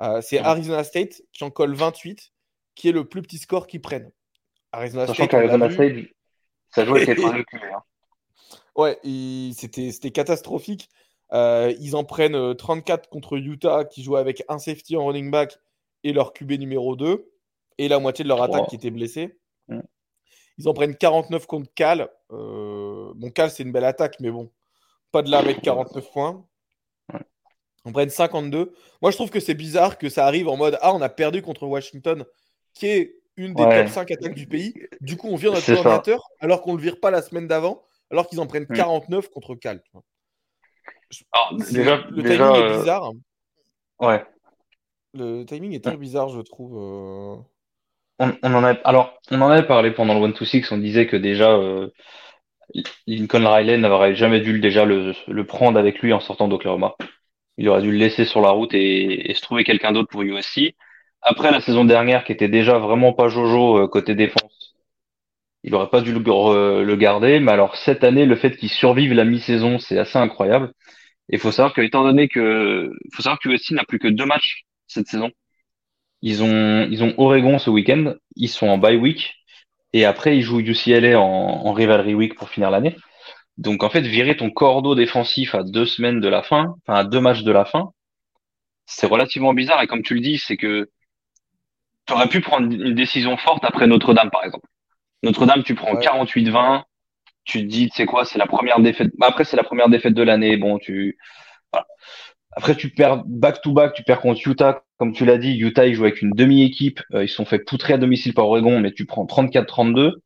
[SPEAKER 1] Euh, c'est
[SPEAKER 2] Mhm.
[SPEAKER 1] Arizona State qui en colle vingt-huit, qui est le plus petit score qu'ils prennent. Arizona
[SPEAKER 2] Sachant
[SPEAKER 1] State, on l'a
[SPEAKER 2] qu'Arizona
[SPEAKER 1] vu.
[SPEAKER 2] State, ça joue avec les troisième Q B. Hein.
[SPEAKER 1] Ouais, il- c'était c'était catastrophique. Euh, ils en prennent euh, trente-quatre contre Utah, qui jouait avec un safety en running back et leur Q B numéro deux, et la moitié de leur attaque qui
[SPEAKER 2] Trois.
[SPEAKER 1] était blessée.
[SPEAKER 2] Mhm.
[SPEAKER 1] Ils en prennent quarante-neuf contre Cal. Euh, bon, Cal, c'est une belle attaque, mais bon, pas de là à mettre
[SPEAKER 2] Ouais.
[SPEAKER 1] quarante-neuf points.
[SPEAKER 2] Ouais.
[SPEAKER 1] On prenne cinquante-deux. Moi, je trouve que c'est bizarre que ça arrive en mode ah, on a perdu contre Washington, qui est une des top
[SPEAKER 2] Ouais,
[SPEAKER 1] cinq attaques du pays. Du coup, on vire notre
[SPEAKER 2] c'est ça.
[SPEAKER 1] coordinateur, alors qu'on ne le vire pas la semaine d'avant, alors qu'ils en prennent
[SPEAKER 2] Mhm.
[SPEAKER 1] quarante-neuf contre Cal. Je-
[SPEAKER 2] Alors,
[SPEAKER 1] c'est-
[SPEAKER 2] déjà,
[SPEAKER 1] Le
[SPEAKER 2] déjà,
[SPEAKER 1] timing est
[SPEAKER 2] euh,
[SPEAKER 1] bizarre.
[SPEAKER 2] ouais.
[SPEAKER 1] Le timing est très bizarre, je trouve. euh.
[SPEAKER 2] On, on en a, alors, on en avait parlé pendant le one to six. On disait que déjà, euh, Lincoln Riley n'aurait jamais dû le- déjà le, le prendre avec lui en sortant d'Oklahoma. Il aurait dû le laisser sur la route et, et se trouver quelqu'un d'autre pour U S C. Après la saison dernière, qui était déjà vraiment pas jojo euh, côté défense, il aurait pas dû le, re- le garder. Mais alors cette année, le fait qu'il survive la mi-saison, c'est assez incroyable. Et il faut savoir que, étant donné que, faut savoir que U S C n'a plus que deux matchs cette saison. Ils ont, ils ont Oregon ce week-end. Ils sont en bye week. Et après, ils jouent U C L A en, en rivalry week pour finir l'année. Donc en fait, virer ton cordeau défensif à deux semaines de la fin, enfin à deux matchs de la fin, c'est relativement bizarre. Et comme tu le dis, c'est que tu aurais pu prendre une décision forte après Notre-Dame, par exemple. Notre-Dame, tu prends
[SPEAKER 1] Ouais.
[SPEAKER 2] quarante-huit vingt, tu te dis, tu sais quoi, c'est la première défaite. Bah, après, c'est la première défaite de l'année. Bon, tu, voilà. Après, tu perds back-to-back, tu perds contre Utah. Comme tu l'as dit, Utah, ils jouent avec une demi-équipe. Euh, ils se sont fait poutrer à domicile par Oregon, mais tu prends trente-quatre trente-deux.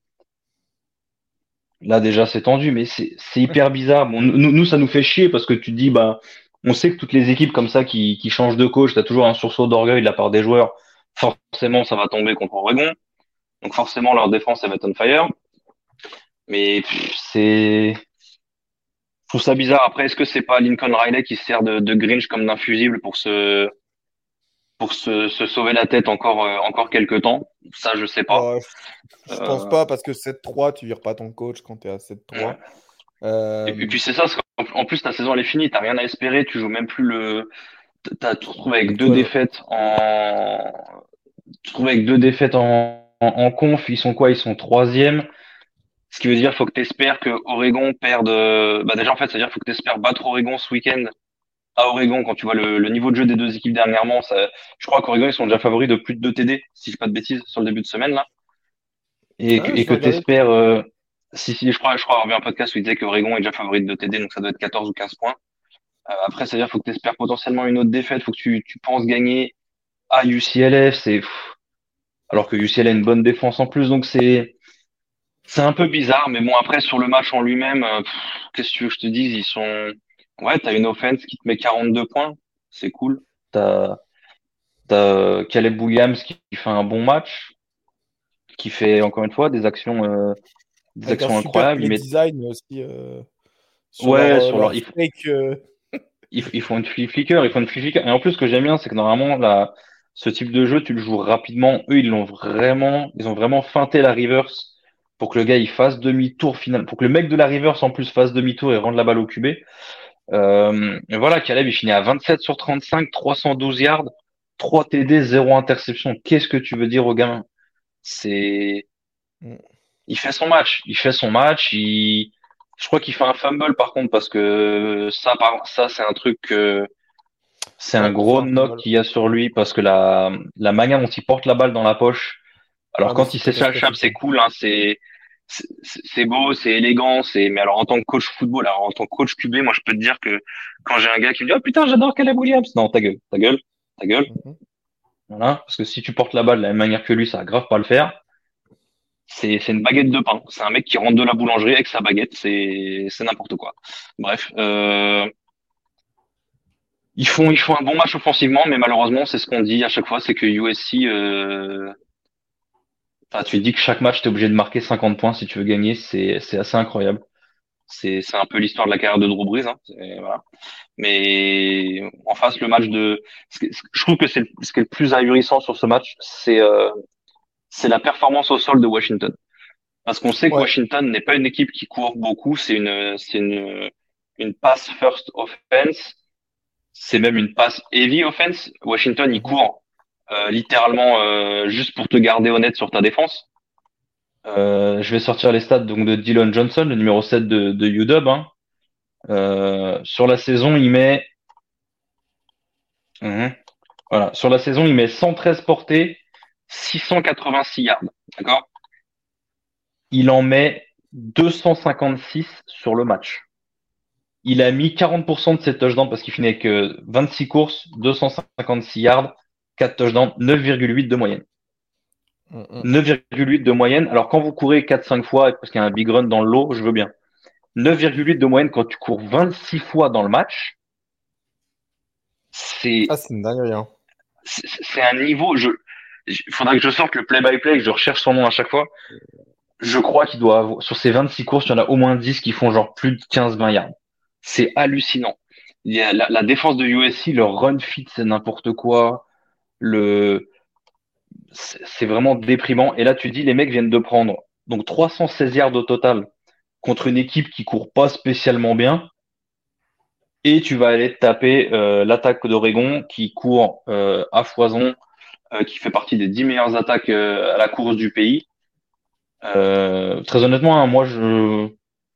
[SPEAKER 2] Là, déjà, c'est tendu, mais c'est c'est hyper bizarre. Bon, nous, nous, ça nous fait chier parce que tu te dis, bah, on sait que toutes les équipes comme ça qui, qui changent de coach, t'as toujours un sursaut d'orgueil de la part des joueurs. Forcément, ça va tomber contre Oregon. Donc, forcément, leur défense, elle va être on fire. Mais pff, c'est, je trouve ça bizarre. Après, est-ce que c'est pas Lincoln Riley qui sert de, de Grinch comme d'infusible pour se, pour se, se sauver la tête encore, euh, encore quelques temps? Ça, je sais pas.
[SPEAKER 1] Ouais, je, je pense
[SPEAKER 2] Euh,
[SPEAKER 1] pas parce que sept trois, tu vires pas ton coach quand tu es à sept
[SPEAKER 2] ouais.
[SPEAKER 1] trois.
[SPEAKER 2] Et, et
[SPEAKER 1] Euh,
[SPEAKER 2] puis c'est ça, parce qu'en- en plus ta saison elle est finie, t'as rien à espérer, tu joues même plus le, t'as tu te retrouves avec deux
[SPEAKER 1] Pac-douze.
[SPEAKER 2] défaites en, tu te retrouves avec deux défaites en, en, en conf, ils sont quoi? Ils sont troisième. Ce qui veut dire, faut que t'espères que Oregon perde, euh, bah déjà en fait, ça veut dire faut que t'espères battre Oregon ce week-end à Oregon quand tu vois le, le niveau de jeu des deux équipes dernièrement. Ça, je crois qu'Oregon ils sont déjà favoris de plus de deux T D, si je dis pas de bêtises, sur le début de semaine là. Et, que-
[SPEAKER 1] Ah,
[SPEAKER 2] et
[SPEAKER 1] je vais
[SPEAKER 2] que
[SPEAKER 1] regarder ça.
[SPEAKER 2] t'espères, euh, si, si, je crois, je crois avoir vu un podcast où il disait qu'Oregon est déjà favori de deux T D, donc ça doit être quatorze ou quinze points. Euh, après, ça veut dire faut que t'espères potentiellement une autre défaite, faut que tu, tu penses gagner à U C L F, c'est, pff, alors que U C L A a une bonne défense en plus, donc c'est, c'est un peu bizarre, mais bon, après, sur le match en lui-même, euh, pff, qu'est-ce que tu veux que je te dise, ils sont, ouais, t'as une offense qui te met quarante-deux points, c'est cool. T'as, t'as Caleb Williams qui fait un bon match, qui fait encore une fois des actions, euh, des
[SPEAKER 1] Avec un
[SPEAKER 2] actions
[SPEAKER 1] super
[SPEAKER 2] incroyables. Ils
[SPEAKER 1] play
[SPEAKER 2] mettent,
[SPEAKER 1] design aussi euh, sur leur,
[SPEAKER 2] ouais,
[SPEAKER 1] euh,
[SPEAKER 2] sur leur,
[SPEAKER 1] leur
[SPEAKER 2] ils,
[SPEAKER 1] fake. euh.
[SPEAKER 2] ils, ils font une flea flicker, ils font une flea flicker. Et en plus, ce que j'aime bien, c'est que normalement, là, ce type de jeu, tu le joues rapidement. Eux, ils l'ont vraiment, ils ont vraiment feinté la reverse pour que le gars, il fasse demi-tour final, pour que le mec de la reverse, en plus, fasse demi-tour et rende la balle au Q B. Euh, et voilà, Caleb, il finit à vingt-sept sur trente-cinq, trois cent douze yards, trois T D, zéro interception. Qu'est-ce que tu veux dire au gamin? C'est,
[SPEAKER 1] Mm.
[SPEAKER 2] il fait son match, il fait son match, il, je crois qu'il fait un fumble par contre parce que ça, par, ça, c'est un truc que, c'est un
[SPEAKER 1] Ouais, il fait
[SPEAKER 2] gros
[SPEAKER 1] un
[SPEAKER 2] knock
[SPEAKER 1] fumble.
[SPEAKER 2] qu'il y a sur lui parce que la, la manière dont il porte la balle dans la poche, alors
[SPEAKER 1] Ah, mais
[SPEAKER 2] quand il
[SPEAKER 1] c'est
[SPEAKER 2] s'échappe,
[SPEAKER 1] catastrophique,
[SPEAKER 2] c'est
[SPEAKER 1] hein.
[SPEAKER 2] cool, hein, c'est, c'est c'est beau, c'est élégant, c'est, mais alors en tant que coach football, alors en tant que coach Q B, moi je peux te dire que quand j'ai un gars qui me dit, oh putain, j'adore Caleb Williams, non, ta gueule, ta gueule, ta gueule,
[SPEAKER 1] Mhm.
[SPEAKER 2] voilà, parce que si tu portes la balle de la même manière que lui, ça va grave pas le faire. C'est, c'est une baguette de pain. C'est un mec qui rentre de la boulangerie avec sa baguette. C'est, c'est n'importe quoi. Bref, euh, ils font, ils font un bon match offensivement, mais malheureusement, c'est ce qu'on dit à chaque fois, c'est que U S C, euh, enfin, tu dis que chaque match, t'es obligé de marquer cinquante points si tu veux gagner. C'est, c'est assez incroyable. C'est, c'est un peu l'histoire de la carrière de Drew Brees, hein. C'est- voilà. Mais en face, le match de, ce que- ce que- je trouve que c'est le- ce qui est le plus ahurissant sur ce match, c'est, euh, c'est la performance au sol de Washington. Parce qu'on sait que
[SPEAKER 1] Ouais.
[SPEAKER 2] Washington n'est pas une équipe qui court beaucoup, c'est une, c'est une, une pass first offense. c'est même une passe heavy offense. Washington, il
[SPEAKER 1] Mhm.
[SPEAKER 2] court euh, littéralement euh, juste pour te garder honnête sur ta défense. Euh, je vais sortir les stats donc de Dillon Johnson, le numéro sept de, de U W. Hein. Euh, sur la saison, il met Mhm. Voilà, sur la saison, il met cent treize portées, six cent quatre-vingt-six yards. D'accord? Il en met deux cent cinquante-six sur le match. Il a mis quarante pour cent de ses touchdowns parce qu'il finit avec euh, vingt-six courses, deux cent cinquante-six yards, quatre touchdowns, neuf virgule huit de moyenne.
[SPEAKER 1] Mhm.
[SPEAKER 2] neuf virgule huit de moyenne. Alors quand vous courez quatre cinq fois parce qu'il y a un big run dans le lot, je veux bien. neuf virgule huit de moyenne quand tu cours vingt-six fois dans le match,
[SPEAKER 1] Ah,
[SPEAKER 2] c'est
[SPEAKER 1] c'est une dinguerie, hein.
[SPEAKER 2] c'est c'est un niveau. Je, il faudrait que je sorte le play-by-play, que je recherche son nom à chaque fois. Je crois qu'il doit avoir, sur ces vingt-six courses, il y en a au moins dix qui font genre plus de quinze vingt yards. C'est hallucinant. Il y a la, la défense de U S C, leur run fit, c'est n'importe quoi. Le, c'est c'est vraiment déprimant. Et là, tu dis, les mecs viennent de prendre donc trois cent seize yards au total contre une équipe qui court pas spécialement bien. Et tu vas aller te taper euh, l'attaque d'Oregon qui court euh, à foison, euh, qui fait partie des dix meilleures attaques euh, à la course du pays. Euh, très honnêtement, hein, moi je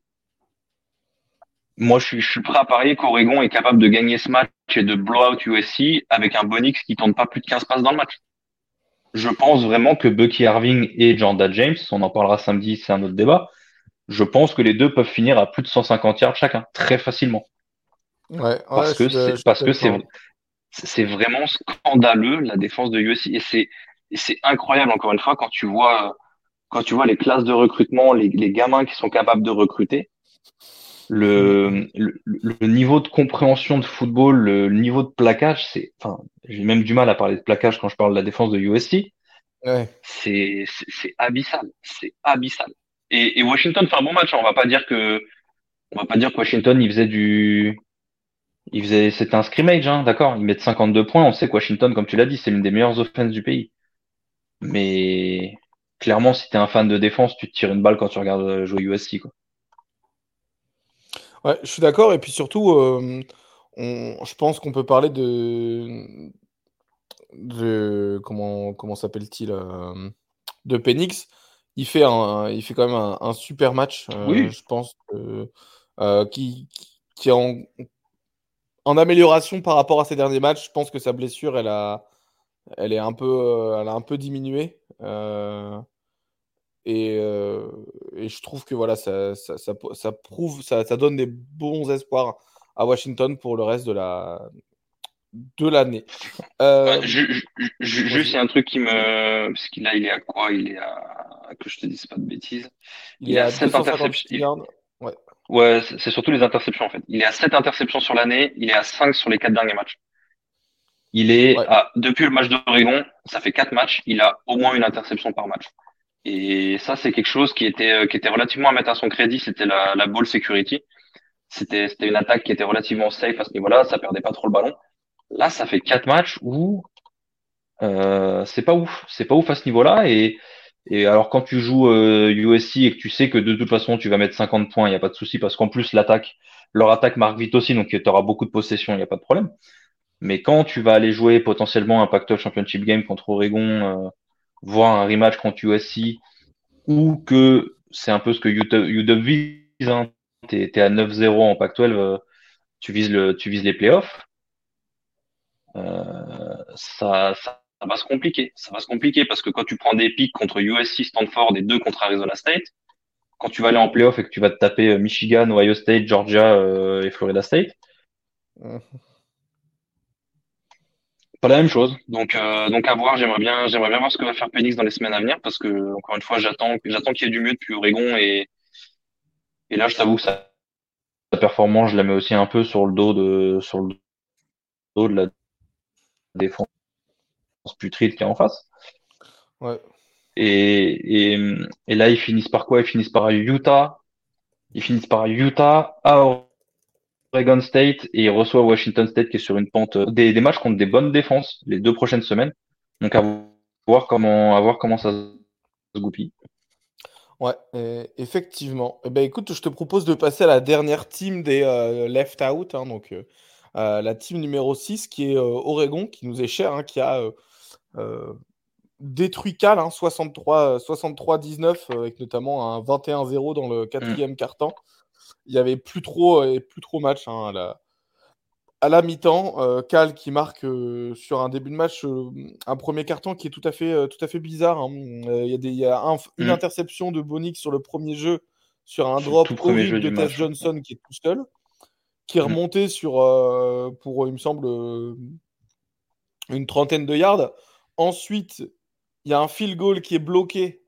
[SPEAKER 2] moi je suis, je suis prêt à parier qu'Oregon est capable de gagner ce match et de blow out U S C avec un Bonix qui tente pas plus de quinze passes dans le match. Je pense vraiment que Bucky Irving et Jordan James, on en parlera samedi, c'est un autre débat. Je pense que les deux peuvent finir à plus de cent cinquante yards chacun, très facilement.
[SPEAKER 1] Ouais, ouais,
[SPEAKER 2] Parce
[SPEAKER 1] je
[SPEAKER 2] que
[SPEAKER 1] suis de- je
[SPEAKER 2] c'est
[SPEAKER 1] suis
[SPEAKER 2] parce que c'est
[SPEAKER 1] d'accord.
[SPEAKER 2] c'est vraiment scandaleux la défense de U S C et c'est et c'est incroyable encore une fois quand tu vois quand tu vois les classes de recrutement, les, les gamins qui sont capables de recruter,
[SPEAKER 1] Mhm.
[SPEAKER 2] le, le, le niveau de compréhension de football, le, le niveau de plaquage, c'est, enfin, j'ai même du mal à parler de plaquage quand je parle de la défense de U S C,
[SPEAKER 1] Ouais.
[SPEAKER 2] c'est, c'est, c'est abyssal, c'est abyssal. Et, et Washington fait un bon match, hein. On va pas dire que, on va pas dire que Washington, il faisait du, il faisait, c'était un scrimmage, hein, d'accord? Ils mettent cinquante-deux points, on sait que Washington, comme tu l'as dit, c'est l'une des meilleures offenses du pays. Mais, clairement, si t'es un fan de défense, tu te tires une balle quand tu regardes jouer U S C, quoi.
[SPEAKER 1] Ouais, je suis d'accord. Et puis surtout, euh, on, je pense qu'on peut parler de, de comment, comment s'appelle-t-il euh, de Penix. Il fait un, il fait quand même un, un super match. Euh,
[SPEAKER 2] Oui,
[SPEAKER 1] je pense que, euh, qui, qui est en, en amélioration par rapport à ses derniers matchs. Je pense que sa blessure, elle a, elle est un peu, euh, elle a un peu diminué. Euh, et, euh, et je trouve que voilà, ça, ça, ça, ça prouve, ça, ça donne des bons espoirs à Washington pour le reste de la, de l'année.
[SPEAKER 2] ouais,
[SPEAKER 1] Euh,
[SPEAKER 2] ju- ju- ju- juste, il y
[SPEAKER 1] vas-y.
[SPEAKER 2] a un truc qui me. Parce qu'il a, il est à quoi? Il est à. Que je te dise pas de bêtises.
[SPEAKER 1] Il
[SPEAKER 2] Il
[SPEAKER 1] est
[SPEAKER 2] a
[SPEAKER 1] à
[SPEAKER 2] sept interceptions.
[SPEAKER 1] deux cent cinquante-six
[SPEAKER 2] il-
[SPEAKER 1] yards. Ouais.
[SPEAKER 2] Ouais, c'est c'est surtout les interceptions en fait. Il est à sept interceptions sur l'année. Il est à cinq sur les quatre derniers matchs. Il est
[SPEAKER 1] Ouais.
[SPEAKER 2] à. Depuis le match d'Oregon, ça fait quatre matchs. Il a au moins une interception par match. Et ça, c'est quelque chose qui était, euh, qui était relativement à mettre à son crédit. C'était la, la ball security. C'était, c'était une attaque qui était relativement safe à ce niveau-là. Ça perdait pas trop le ballon. Là, ça fait quatre matchs où Euh, c'est pas ouf, c'est pas ouf à ce niveau-là. Et, et alors quand tu joues euh, U S C et que tu sais que de toute façon tu vas mettre cinquante points, il n'y a pas de souci parce qu'en plus l'attaque, leur attaque marque vite aussi, donc tu auras beaucoup de possession, il n'y a pas de problème. Mais quand tu vas aller jouer potentiellement un Pac-twelve Championship Game contre Oregon, euh, voir un rematch contre U S C, ou que c'est un peu ce que U W vise, hein, t'es, t'es à neuf zéro en Pac-twelve, euh, tu vises le, tu vises les playoffs. Euh, ça, ça, ça va se compliquer. Ça va se compliquer parce que quand tu prends des pics contre U S C, Stanford et deux contre Arizona State, quand tu vas aller en playoff et que tu vas te taper euh, Michigan, Ohio State, Georgia euh, et Florida State,
[SPEAKER 1] Mhm.
[SPEAKER 2] pas la même chose. Donc, euh, donc à voir. J'aimerais bien, j'aimerais bien voir ce que va faire Penix dans les semaines à venir parce que encore une fois, j'attends, j'attends qu'il y ait du mieux depuis Oregon et, et là, je t'avoue que sa, sa performance, je la mets aussi un peu sur le dos de, sur le dos de la défense putride qui est en face.
[SPEAKER 1] Ouais.
[SPEAKER 2] Et, et, et là, ils finissent par quoi? Ils finissent par Utah. Ils finissent par Utah à Oregon State et ils reçoivent Washington State qui est sur une pente euh, des, des matchs contre des bonnes défenses les deux prochaines semaines. Donc à voir comment à voir comment ça se goupille.
[SPEAKER 1] Ouais, euh, effectivement. Eh ben, écoute, je te propose de passer à la dernière team des euh, left out, hein, donc euh, Euh, la team numéro six qui est euh, Oregon, qui nous est chère, hein, qui a euh, euh, détruit Cal, hein, soixante-trois, soixante-trois dix-neuf, euh, avec notamment un vingt et un zéro dans le
[SPEAKER 2] Mm.
[SPEAKER 1] quatrième quart-temps. Il n'y avait plus trop, euh, plus trop match, hein, à la, à la mi-temps. Euh, Cal qui marque euh, sur un début de match euh, un premier quart-temps qui est tout à fait, euh, tout à fait bizarre, hein. Euh, Il y a, des, il y a un- une
[SPEAKER 2] Mm.
[SPEAKER 1] interception de Bonix sur le premier jeu, sur un
[SPEAKER 2] C'est le tout
[SPEAKER 1] drop
[SPEAKER 2] premier
[SPEAKER 1] horrible
[SPEAKER 2] jeu
[SPEAKER 1] de
[SPEAKER 2] du
[SPEAKER 1] Tess
[SPEAKER 2] match.
[SPEAKER 1] Johnson qui est tout seul, qui est
[SPEAKER 2] Mm.
[SPEAKER 1] remonté sur, euh, pour, il me semble, euh, une trentaine de yards. Ensuite, il y a un field goal qui est bloqué,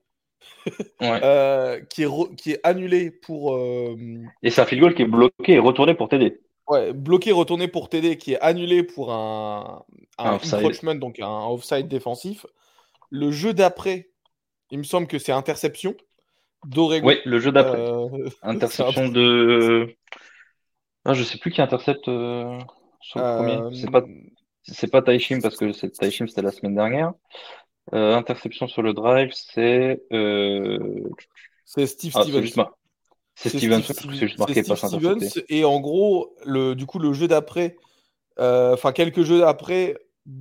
[SPEAKER 2] Ouais.
[SPEAKER 1] euh, qui, est re- qui est annulé pour. Euh,
[SPEAKER 2] Et c'est un field goal qui est bloqué et retourné pour t'aider.
[SPEAKER 1] ouais, bloqué, retourné pour T D, qui est annulé pour un,
[SPEAKER 2] Un
[SPEAKER 1] un
[SPEAKER 2] offside.
[SPEAKER 1] encroachment, donc un offside défensif. Le jeu d'après, il me semble que c'est interception
[SPEAKER 2] Oui,
[SPEAKER 1] d'Oregon.
[SPEAKER 2] le jeu d'après.
[SPEAKER 1] Euh, c'est un
[SPEAKER 2] Interception
[SPEAKER 1] truc.
[SPEAKER 2] de. Ah, je sais plus qui intercepte euh, sur le premier.
[SPEAKER 1] euh,
[SPEAKER 2] C'est pas, c'est pas Taishim parce que c'est Taishim, c'était la semaine dernière. Euh, interception sur le drive, c'est. Euh...
[SPEAKER 1] c'est Steve
[SPEAKER 2] Ah, c'est
[SPEAKER 1] Stevens.
[SPEAKER 2] juste ma... C'est
[SPEAKER 1] C'est
[SPEAKER 2] Stevens,
[SPEAKER 1] Steve,
[SPEAKER 2] ouais, parce que
[SPEAKER 1] Steve-
[SPEAKER 2] c'est juste
[SPEAKER 1] c'est
[SPEAKER 2] marqué
[SPEAKER 1] Steve
[SPEAKER 2] passe
[SPEAKER 1] Stevens.
[SPEAKER 2] intercepté.
[SPEAKER 1] Et en gros, le, du coup, le jeu d'après, euh, enfin, quelques jeux après,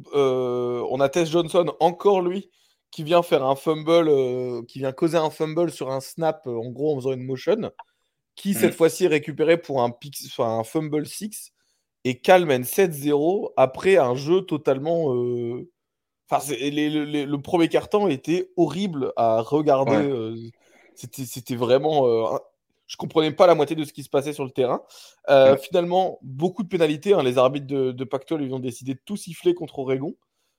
[SPEAKER 1] euh, on a Tess Johnson, encore lui, qui vient faire un fumble, euh, qui vient causer un fumble sur un snap, euh, en gros, en faisant une motion, qui cette
[SPEAKER 2] Mm.
[SPEAKER 1] fois-ci est récupéré pour un, pick, enfin, un fumble six et Cal mène sept zéro après un jeu totalement. euh, Enfin, c'est- les- les- les- le premier quart-temps était horrible à regarder.
[SPEAKER 2] Ouais.
[SPEAKER 1] euh, c'était, c'était vraiment. euh, un- je comprenais pas la moitié de ce qui se passait sur le terrain. Euh,
[SPEAKER 2] Mm.
[SPEAKER 1] finalement, beaucoup de pénalités, hein. Les arbitres de, de Pac twelve, ils ont décidé de tout siffler contre Oregon.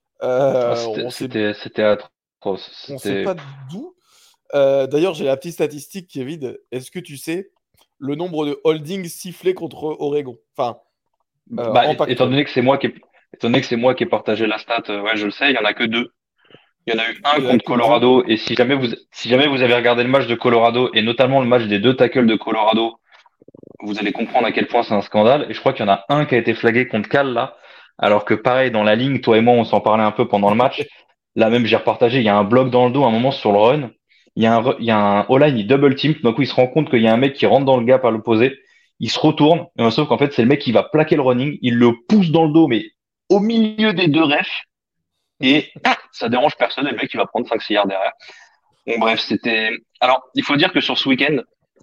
[SPEAKER 2] Ah,
[SPEAKER 1] Euh,
[SPEAKER 2] c'était,
[SPEAKER 1] on sait,
[SPEAKER 2] c'était, c'était atroce.
[SPEAKER 1] on sait
[SPEAKER 2] C'était.
[SPEAKER 1] pas d'où. Euh, d'ailleurs, j'ai la petite statistique, Kevin. Est-ce que tu sais le nombre de holdings sifflés contre Oregon? Enfin, euh,
[SPEAKER 2] Bah,
[SPEAKER 1] en
[SPEAKER 2] é- étant
[SPEAKER 1] Pac twelve.
[SPEAKER 2] donné que c'est moi qui ai... étant donné que c'est moi qui ai partagé la stat, euh, ouais, je le sais, il y en a que deux. Il y en a eu un
[SPEAKER 1] Il y en a
[SPEAKER 2] contre
[SPEAKER 1] que deux.
[SPEAKER 2] Colorado, et si jamais vous, si jamais vous avez regardé le match de Colorado, et notamment le match des deux tackles de Colorado, vous allez comprendre à quel point c'est un scandale. Et je crois qu'il y en a un qui a été flagué contre Cal, là. Alors que pareil, dans la ligne, toi et moi, on s'en parlait un peu pendant le match. Là même, j'ai repartagé, il y a un bloc dans le dos à un moment sur le run. Il y a un, re- il y a un O-line, il double team. D'un coup, il se rend compte qu'il y a un mec qui rentre dans le gap à l'opposé. Il se retourne, et sauf qu'en fait, c'est le mec qui va plaquer le running. Il le pousse dans le dos, mais au milieu des deux refs. Et ça dérange personne, et le mec, il va prendre cinq six yards derrière. Bon, bref, c'était. Alors, il faut dire que sur ce week-end,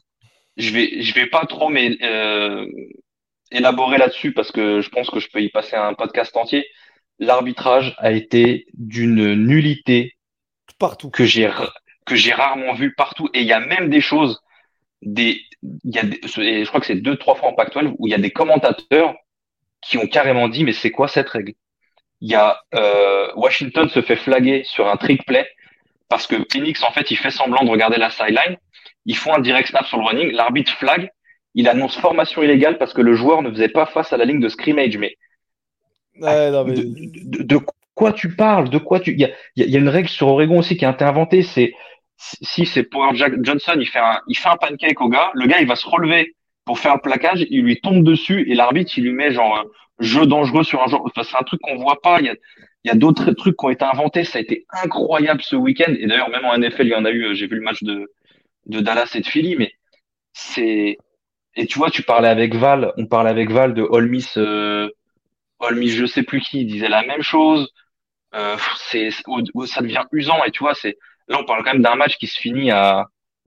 [SPEAKER 2] je vais, je vais pas trop mais, euh, élaborer là-dessus parce que je pense que je peux y passer un podcast entier. L'arbitrage a été d'une nullité
[SPEAKER 1] Partout.
[SPEAKER 2] que j'ai ra- que j'ai rarement vu partout. Et il y a même des choses, des, il y a des, et je crois que c'est deux, trois fois en Pac douze où il y a des commentateurs qui ont carrément dit, mais c'est quoi cette règle? Il y a euh, Washington se fait flaguer sur un trick play parce que Phoenix, en fait, il fait semblant de regarder la sideline. Ils font un direct snap sur le running. L'arbitre flag. Il annonce formation illégale parce que le joueur ne faisait pas face à la ligne de scrimmage. Mais
[SPEAKER 1] Ouais, non,
[SPEAKER 2] de,
[SPEAKER 1] mais...
[SPEAKER 2] de, de quoi tu parles? De quoi tu? Il y a, il y a une règle sur Oregon aussi qui a été inventée. C'est si c'est Power Jack Johnson, il fait un, il fait un pancake au gars. Le gars, il va se relever pour faire le plaquage. Il lui tombe dessus et l'arbitre, il lui met genre euh, jeu dangereux sur un joueur. Enfin, c'est un truc qu'on voit pas. Il y a, il y a d'autres trucs qui ont été inventés. Ça a été incroyable ce week-end. Et d'ailleurs, même en N F L, il y en a eu. J'ai vu le match de, de Dallas et de Philly, mais c'est. Et tu vois, tu parlais avec Val. On parlait avec Val de Ole Miss. Euh, Ole Miss, je sais plus qui, il disait la même chose. Euh, c'est, c'est- ça devient usant. Et tu vois, c'est. Là, on parle quand même d'un match qui se finit à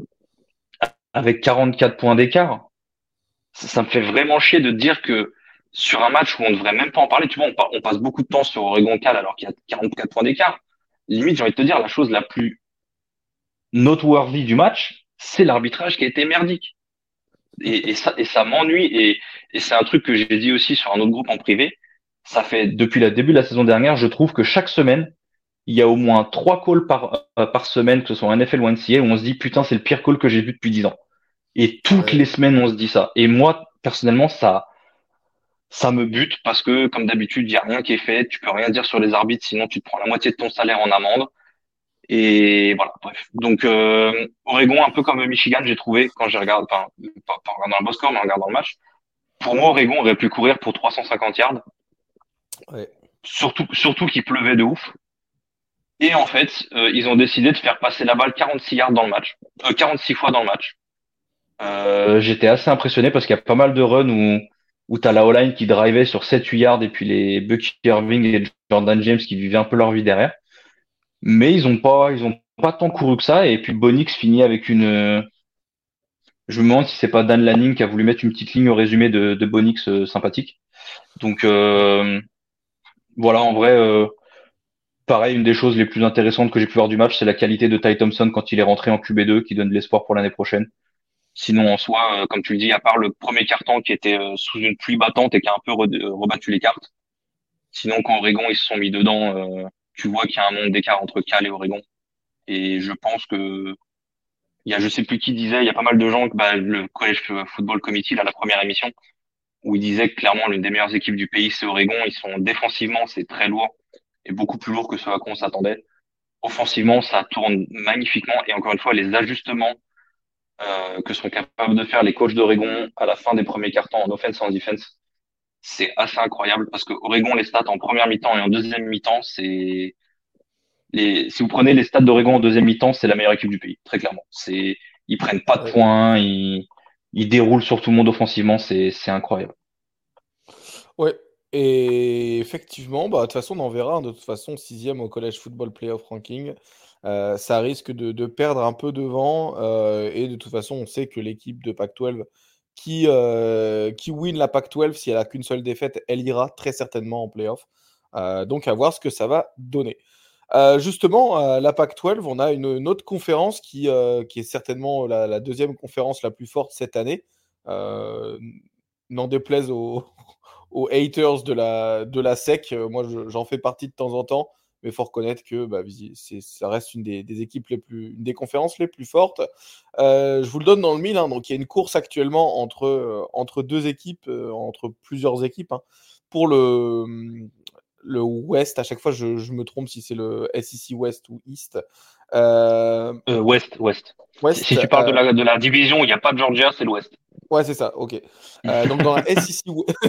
[SPEAKER 2] avec quarante-quatre points d'écart. Ça, ça me fait vraiment chier de dire que sur un match où on devrait même pas en parler, tu vois, on, par- on passe beaucoup de temps sur Oregon Cal alors qu'il y a quarante-quatre points d'écart. Limite, j'ai envie de te dire, la chose la plus noteworthy du match, c'est l'arbitrage qui a été merdique. Et, et ça, et ça m'ennuie. Et, et c'est un truc que j'ai dit aussi sur un autre groupe en privé. Ça fait depuis le début de la saison dernière, je trouve que chaque semaine, il y a au moins trois calls par, euh, par semaine, que ce soit en N F L ou N C A A, où on se dit putain, c'est le pire call que j'ai vu depuis dix ans. Et toutes les
[SPEAKER 1] Ouais.
[SPEAKER 2] semaines, on se dit ça. Et moi, personnellement, ça, ça me bute parce que, comme d'habitude, il y a rien qui est fait. Tu peux rien dire sur les arbitres, sinon tu te prends la moitié de ton salaire en amende. Et voilà, bref. Donc, euh, Oregon, un peu comme Michigan, j'ai trouvé quand j'ai regardé, enfin, pas, pas en regardant le box score, mais en regardant le match. Pour moi, Oregon aurait pu courir pour trois cent cinquante yards,
[SPEAKER 1] Ouais.
[SPEAKER 2] surtout, surtout qu'il pleuvait de ouf. Et en fait, euh, ils ont décidé de faire passer la balle quarante-six yards dans le match, euh, quarante-six fois dans le match. Euh, j'étais assez impressionné parce qu'il y a pas mal de runs où où tu as la O-line qui drivait sur sept huit yards et puis les Bucky Irving et Jordan James qui vivaient un peu leur vie derrière. Mais ils ont pas, ils ont pas tant couru que ça. Et puis Bonix finit avec une. euh, Je me demande si c'est pas Dan Lanning qui a voulu mettre une petite ligne au résumé de, de Bonix euh, sympathique. Donc euh, voilà, en vrai, euh, pareil, une des choses les plus intéressantes que j'ai pu voir du match, c'est la qualité de Ty Thompson quand il est rentré en Q B deux, qui donne de l'espoir pour l'année prochaine. Sinon, en soi, euh, comme tu le dis, à part le premier carton qui était euh, sous une pluie battante et qui a un peu re- euh, rebattu les cartes, sinon quand Oregon ils se sont mis dedans, euh, tu vois qu'il y a un monde d'écart entre Cal et Oregon. Et je pense que il y a, je sais plus qui disait, il y a pas mal de gens, que, bah, le College Football Committee, là, la première émission, où il disait que clairement l'une des meilleures équipes du pays, c'est Oregon. Ils sont défensivement, c'est très lourd et beaucoup plus lourd que ce à quoi on s'attendait. Offensivement, ça tourne magnifiquement et encore une fois, les ajustements euh, que sont capables de faire les coachs d'Oregon à la fin des premiers cartons en offense et en defense, c'est assez incroyable parce que Oregon, les stats en première mi-temps et en deuxième mi-temps, c'est les, si vous prenez les stats d'Oregon en deuxième mi-temps, c'est la meilleure équipe du pays, très clairement. C'est, ils prennent pas de
[SPEAKER 1] Ouais.
[SPEAKER 2] points, ils, ils déroulent sur tout le monde offensivement, c'est, c'est incroyable.
[SPEAKER 1] Ouais. Et effectivement, bah, de toute façon, on en verra, hein. De toute façon, sixième au College Football Playoff Ranking. Euh, ça risque de, de perdre un peu devant. Euh, et de toute façon, on sait que l'équipe de Pac douze qui, euh, qui win la Pac douze, si elle a qu'une seule défaite, elle ira très certainement en playoff. Euh, donc à voir ce que ça va donner. Euh, justement, à la Pac douze, on a une, une autre conférence qui, euh, qui est certainement la, la deuxième conférence la plus forte cette année. Euh, N'en déplaise aux, aux haters de la, de la S E C. Euh, moi, je- j'en fais partie de temps en temps, mais il faut reconnaître que bah, visi- c'est- ça reste une des, des équipes les plus, une des conférences les plus fortes. Euh, je vous le donne dans le mille, hein. Donc, il y a une course actuellement entre, euh, entre deux équipes, euh, entre plusieurs équipes, hein, pour le, le West. À chaque fois, je, je me trompe si c'est le S E C West ou East. Euh,
[SPEAKER 2] Euh, Ouest, Ouest. Si,
[SPEAKER 1] West,
[SPEAKER 2] si tu parles de
[SPEAKER 1] euh,
[SPEAKER 2] la, de la division où il n'y a pas de Georgia, c'est l'Ouest.
[SPEAKER 1] ouais, c'est ça, ok. Euh, donc dans la S E C,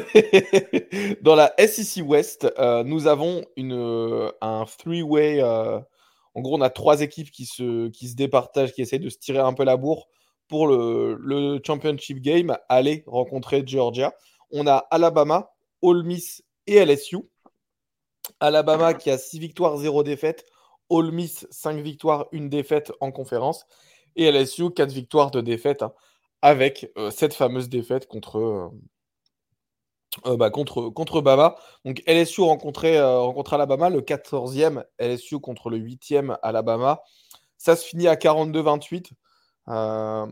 [SPEAKER 1] we- dans la S E C West, euh, nous avons une, euh, un three-way. Euh, en gros, on a trois équipes qui se, qui se départagent, qui essayent de se tirer un peu la bourre pour le, le championship game, aller rencontrer Georgia. On a Alabama, Ole Miss et L S U. Alabama qui a six victoires, zéro défaite. Ole Miss, cinq victoires, une défaite en conférence. Et L S U, quatre victoires, deux défaites, hein, avec euh, cette fameuse défaite contre, euh, euh, bah, contre, contre Bama. Donc L S U rencontrait, euh, rencontre Alabama, le quatorzième L S U contre le huitième Alabama. Ça se finit à quarante-deux vingt-huit. Euh,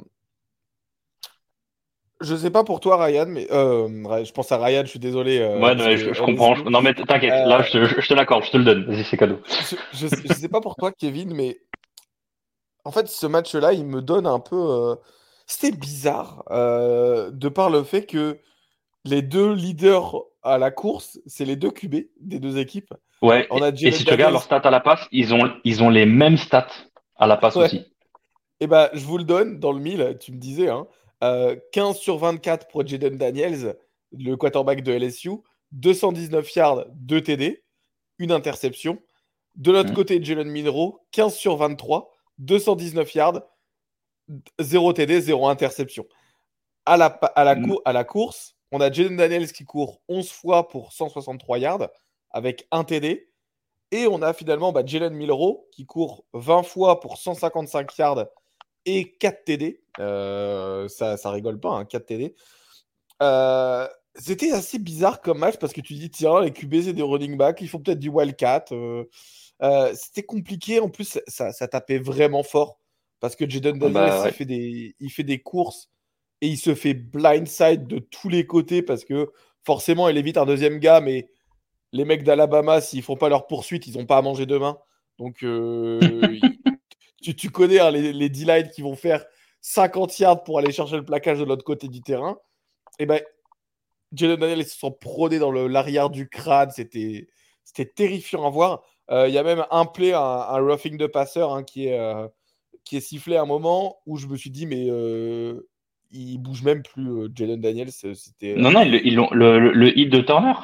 [SPEAKER 1] je sais pas pour toi, Ryan, mais euh, je pense à Ryan, je suis désolé, euh,
[SPEAKER 2] Ouais,
[SPEAKER 1] parce
[SPEAKER 2] non,
[SPEAKER 1] que
[SPEAKER 2] je, je comprends.
[SPEAKER 1] L S U.
[SPEAKER 2] Je- non, mais t'inquiète, là,
[SPEAKER 1] euh,
[SPEAKER 2] je, te- je te l'accorde, je te le donne. Vas-y, c'est cadeau.
[SPEAKER 1] je, je, je sais pas pour toi, Kevin, mais en fait, ce match-là, il me donne un peu. euh, C'était bizarre, euh, de par le fait que les deux leaders à la course, c'est les deux Q B des deux équipes.
[SPEAKER 2] Ouais,
[SPEAKER 1] On
[SPEAKER 2] et,
[SPEAKER 1] a
[SPEAKER 2] et
[SPEAKER 1] Jalen
[SPEAKER 2] si tu regardes
[SPEAKER 1] Daniels.
[SPEAKER 2] leurs stats à la passe, ils ont, ils ont les mêmes stats à la passe
[SPEAKER 1] Ouais.
[SPEAKER 2] aussi.
[SPEAKER 1] Et ben, je vous le donne dans le mille, tu me disais, hein, euh, quinze sur vingt-quatre pour Jaden Daniels, le quarterback de L S U, deux cent dix-neuf yards, deux T D, une interception. De l'autre
[SPEAKER 2] Hmm.
[SPEAKER 1] côté, Jalen Milrow, quinze sur vingt-trois, deux cent dix-neuf yards, zéro T D, zéro interception. À la, à la,
[SPEAKER 2] Hmm.
[SPEAKER 1] à la course, on a Jaden Daniels qui court onze fois pour cent soixante-trois yards avec un T D. Et on a finalement bah, Jalen Milrow qui court vingt fois pour cent cinquante-cinq yards et quatre T D. Euh, ça, ça rigole pas, hein, quatre T D. Euh, C'était assez bizarre comme match parce que tu dis, tiens, les Q B, c'est des running backs, ils font peut-être du wildcat. Euh, euh, c'était compliqué. En plus, ça, ça tapait vraiment fort parce que Jaden
[SPEAKER 2] Ah
[SPEAKER 1] Daniels,
[SPEAKER 2] bah
[SPEAKER 1] il
[SPEAKER 2] ouais.
[SPEAKER 1] fait des, il fait des courses et il se fait blindside de tous les côtés parce que forcément, il évite un deuxième gars, mais les mecs d'Alabama, s'ils font pas leur poursuite, ils n'ont pas à manger demain. Donc, euh, tu, tu connais, hein, les, les D-line qui vont faire cinquante yards pour aller chercher le plaquage de l'autre côté du terrain. Et ben, Jalen Daniels se sont prodés dans le- l'arrière du crâne. C'était, c'était terrifiant à voir. Euh, Il y a même un play, un, un roughing de passeur, hein, qui est, euh, qui est sifflé à un moment où je me suis dit, mais euh, il bouge même plus, euh, Jalen Daniels. C'était
[SPEAKER 2] Non,
[SPEAKER 1] un
[SPEAKER 2] non, ils,
[SPEAKER 1] des.
[SPEAKER 2] ils l'ont, le, le, le hit de Turner,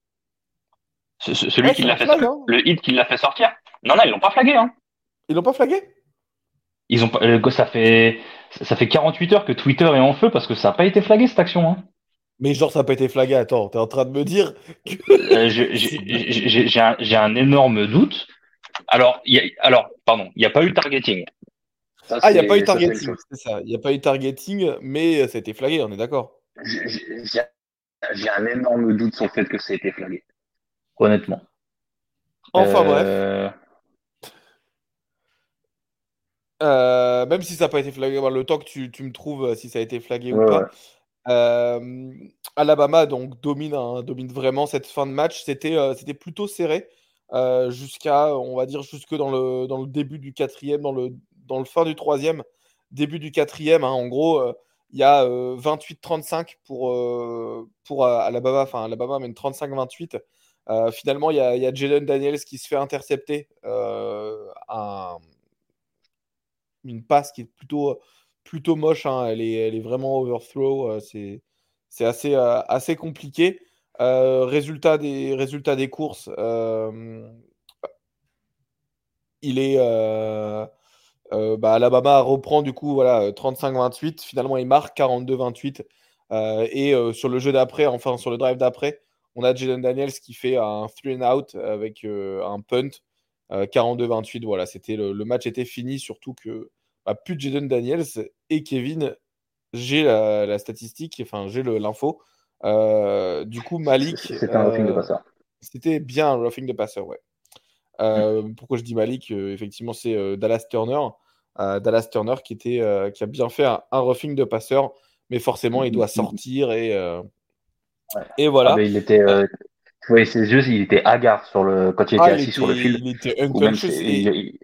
[SPEAKER 2] ce- ce- celui
[SPEAKER 1] Ouais,
[SPEAKER 2] qui
[SPEAKER 1] c'est
[SPEAKER 2] l'a
[SPEAKER 1] un
[SPEAKER 2] fait,
[SPEAKER 1] flag, hein.
[SPEAKER 2] le hit qui l'a fait sortir. Non, non, ils l'ont pas flagué, hein.
[SPEAKER 1] Ils l'ont pas flagué?
[SPEAKER 2] Ils ont pas, euh, ça fait, ça fait quarante-huit heures que Twitter est en feu parce que ça n'a pas été flagué cette action, hein.
[SPEAKER 1] Mais genre, ça n'a pas été flagué. Attends, t'es en train de me dire que
[SPEAKER 2] Euh, je-
[SPEAKER 1] c'est-
[SPEAKER 2] j'ai j'ai- j'ai un, j'ai un énorme doute. Alors, il y a, alors, pardon, il n'y a pas eu de targeting. Ça,
[SPEAKER 1] Ah, il n'y a pas eu
[SPEAKER 2] c'est, ça, c'est une
[SPEAKER 1] targeting,
[SPEAKER 2] chose.
[SPEAKER 1] c'est ça. Il n'y a pas eu targeting, mais ça a été flagué, on est d'accord.
[SPEAKER 2] J'ai j'ai- j'ai un énorme doute sur le fait que ça a été flagué. Honnêtement.
[SPEAKER 1] Enfin bref,
[SPEAKER 2] Euh,
[SPEAKER 1] euh, même si ça n'a pas été flagué, bon, le temps que tu, tu me trouves euh, si ça a été flagué ou
[SPEAKER 2] ouais, ouais.
[SPEAKER 1] pas. Euh, Alabama donc domine, hein, domine vraiment cette fin de match. C'était euh, c'était plutôt serré euh, jusqu'à, on va dire, jusque dans le, dans le début du quatrième, dans le, dans le fin du troisième, début du quatrième. Hein. En gros, euh, il y a euh, vingt-huit trente-cinq pour, euh, pour euh, Alabama. Enfin, Alabama mène trente-cinq vingt-huit. Euh, finalement, il y a, il y a Jalen Daniels qui se fait intercepter. Euh, un- une passe qui est plutôt, plutôt moche. Hein. Elle est, elle est vraiment overthrow. euh, c'est, c'est assez, euh, assez compliqué. Euh, résultat des, résultats des courses, euh, il est. Euh, euh, bah, Alabama reprend du coup voilà, trente-cinq vingt-huit. Finalement, il marque quarante-deux vingt-huit. Euh, et euh, sur le jeu d'après, enfin sur le drive d'après, on a Jalen Daniels qui fait un three and out avec euh, un punt. Euh, quarante-deux vingt-huit. Voilà, c'était le, le match était fini, surtout que bah, plus de Jalen Daniels et Kevin, j'ai la, la statistique, enfin j'ai le- l'info. Euh, du coup, Malik,
[SPEAKER 2] C'était un roughing de
[SPEAKER 1] euh,
[SPEAKER 2] passeur.
[SPEAKER 1] c'était bien un roughing de passer, ouais. Euh, pourquoi je dis Malik? Euh, effectivement, c'est euh, Dallas Turner. Euh, Dallas Turner qui, était, euh, qui a bien fait un, un roughing de passeur, mais forcément, il doit sortir et, euh,
[SPEAKER 2] Ouais.
[SPEAKER 1] et
[SPEAKER 2] Ah
[SPEAKER 1] voilà.
[SPEAKER 2] ben il était,
[SPEAKER 1] Euh,
[SPEAKER 2] euh, tu voyais ses yeux, il était hagard sur le, quand il était
[SPEAKER 1] ah, il
[SPEAKER 2] assis sur le
[SPEAKER 1] était,
[SPEAKER 2] field,
[SPEAKER 1] il était
[SPEAKER 2] ou même c'est,
[SPEAKER 1] unconscious
[SPEAKER 2] il,
[SPEAKER 1] et
[SPEAKER 2] il,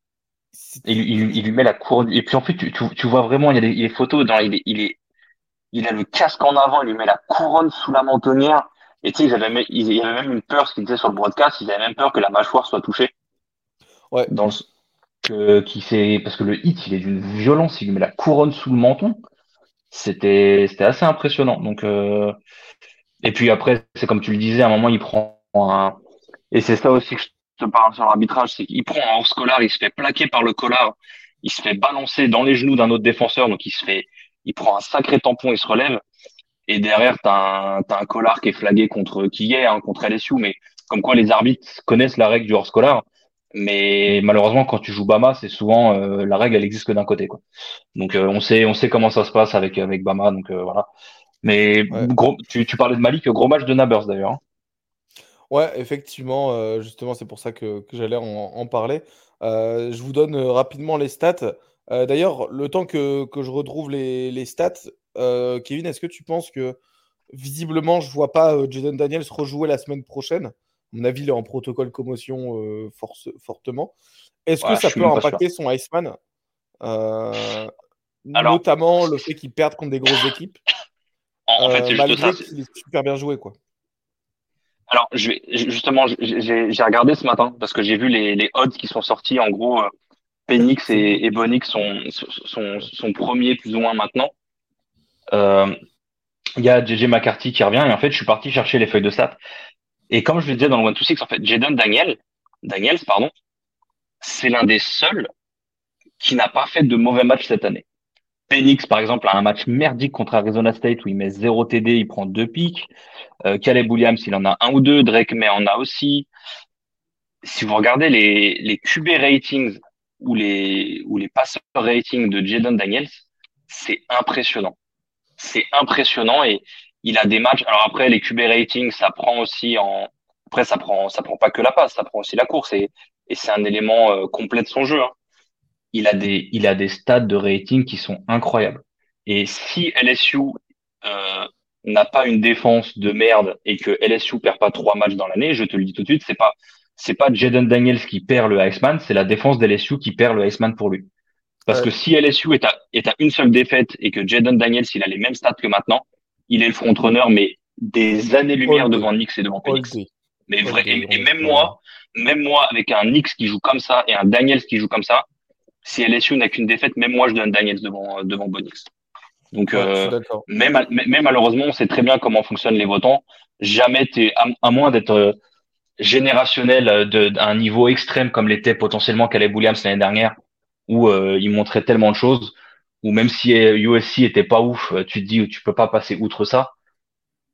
[SPEAKER 2] il,
[SPEAKER 1] c'était.
[SPEAKER 2] il- il lui met la couronne. Et puis en fait, tu, tu, tu vois vraiment, il y a des, il y a des photos dans, il est, il est, il a le casque en avant, il lui met la couronne sous la mentonnière. Et tu sais, ils avaient, même- il y avait même une peur, ce qu'ils disaient sur le broadcast, ils avaient même peur que la mâchoire soit touchée.
[SPEAKER 1] Ouais,
[SPEAKER 2] Dans le, que, qui fait, parce que le hit, il est d'une violence, il lui met la couronne sous le menton. C'était, c'était assez impressionnant. Donc, euh, et puis après, c'est comme tu le disais, à un moment, il prend un, et c'est ça aussi que je te parle sur l'arbitrage, c'est qu'il prend un hors collar, il se fait plaquer par le collar, il se fait balancer dans les genoux d'un autre défenseur, donc il se fait, il prend un sacré tampon, il se relève, et derrière, t'as un, t'as un collar qui est flagué contre, qui est, hein, contre L S U, mais comme quoi les arbitres connaissent la règle du hors collar. Mais malheureusement, quand tu joues Bama, c'est souvent, euh, la règle, elle existe que d'un côté, quoi. Donc, euh, on sait, on sait comment ça se passe avec, avec Bama, donc, euh, voilà. Mais
[SPEAKER 1] ouais.
[SPEAKER 2] gros, tu, tu parlais de Malik, gros match de Nabers d'ailleurs, hein.
[SPEAKER 1] Ouais, effectivement, euh, justement, c'est pour ça que, que j'allais en, en parler. Euh, je vous donne euh, rapidement les stats. Euh, d'ailleurs, le temps que, que je retrouve les, les stats, euh, Kevin, est-ce que tu penses que visiblement, je vois pas euh, Jaden Daniels rejouer la semaine prochaine? À mon avis, il est en protocole commotion euh, force, fortement. Est-ce que
[SPEAKER 2] Ouais, je
[SPEAKER 1] ça
[SPEAKER 2] suis
[SPEAKER 1] peut
[SPEAKER 2] même pas sûr.
[SPEAKER 1] impacter son Iceman? Euh,
[SPEAKER 2] Alors,
[SPEAKER 1] Notamment le fait qu'il perde contre des grosses équipes,
[SPEAKER 2] en, en fait,
[SPEAKER 1] euh,
[SPEAKER 2] c'est juste ça.
[SPEAKER 1] malgré qu'il est super bien joué, quoi.
[SPEAKER 2] Alors, je vais justement, j'ai j'ai- j'ai regardé ce matin parce que j'ai vu les, les odds qui sont sortis. En gros, euh, Penix
[SPEAKER 1] C'est beau.
[SPEAKER 2] et, et Bonix sont, sont, sont premiers plus ou moins maintenant. Euh, Il y a J J McCarthy qui revient et en fait, je suis parti chercher les feuilles de stats. Et comme je le disais dans le one to six, en fait, Jaden Daniel, Daniels, pardon, c'est l'un des seuls qui n'a pas fait de mauvais match cette année. Penix, par exemple, a un match merdique contre Arizona State où il met zéro T D, il prend deux pics. Euh, Caleb Williams, il en a un ou deux. Drake May en a aussi. Si vous regardez les, les Q B ratings ou les, ou les passeurs ratings de Jaden Daniels, c'est impressionnant. C'est impressionnant et il a des matchs. Alors après, les Q B ratings, ça prend aussi en, après, ça prend, ça prend pas que la passe, ça prend aussi la course et, et c'est un élément euh, complet de son jeu, hein. Il a des, il a des stats de rating qui sont incroyables. Et si L S U euh, n'a pas une défense de merde et que L S U perd pas trois matchs dans l'année, je te le dis tout de suite, c'est pas c'est pas Jaden Daniels qui perd le Iceman, c'est la défense d'L S U qui perd le Iceman pour lui. Parce que
[SPEAKER 1] Ouais.
[SPEAKER 2] si L S U est à, est à une seule défaite et que Jaden Daniels il a les mêmes stats que maintenant, il est le frontrunner mais des
[SPEAKER 1] All
[SPEAKER 2] années-lumière
[SPEAKER 1] day.
[SPEAKER 2] devant Knicks et devant
[SPEAKER 1] All
[SPEAKER 2] Phoenix.
[SPEAKER 1] day.
[SPEAKER 2] Mais
[SPEAKER 1] All
[SPEAKER 2] vrai,
[SPEAKER 1] day.
[SPEAKER 2] et, et
[SPEAKER 1] On
[SPEAKER 2] même
[SPEAKER 1] peut-
[SPEAKER 2] moi, même moi avec un Knicks qui joue comme ça et un Daniels qui joue comme ça, si L S U n'a qu'une défaite, même moi, je donne Daniels devant, euh, devant Bonix. Donc,
[SPEAKER 1] Ouais, je suis
[SPEAKER 2] euh,
[SPEAKER 1] d'accord.
[SPEAKER 2] même, même malheureusement, on sait très bien comment fonctionnent les votants. Jamais t'es, à, à moins d'être euh, générationnel euh, de- d'un niveau extrême comme l'était potentiellement Caleb Williams l'année dernière, où euh, il montrait tellement de choses, ou même si euh, U S C était pas ouf, euh, tu te dis tu peux pas passer outre ça.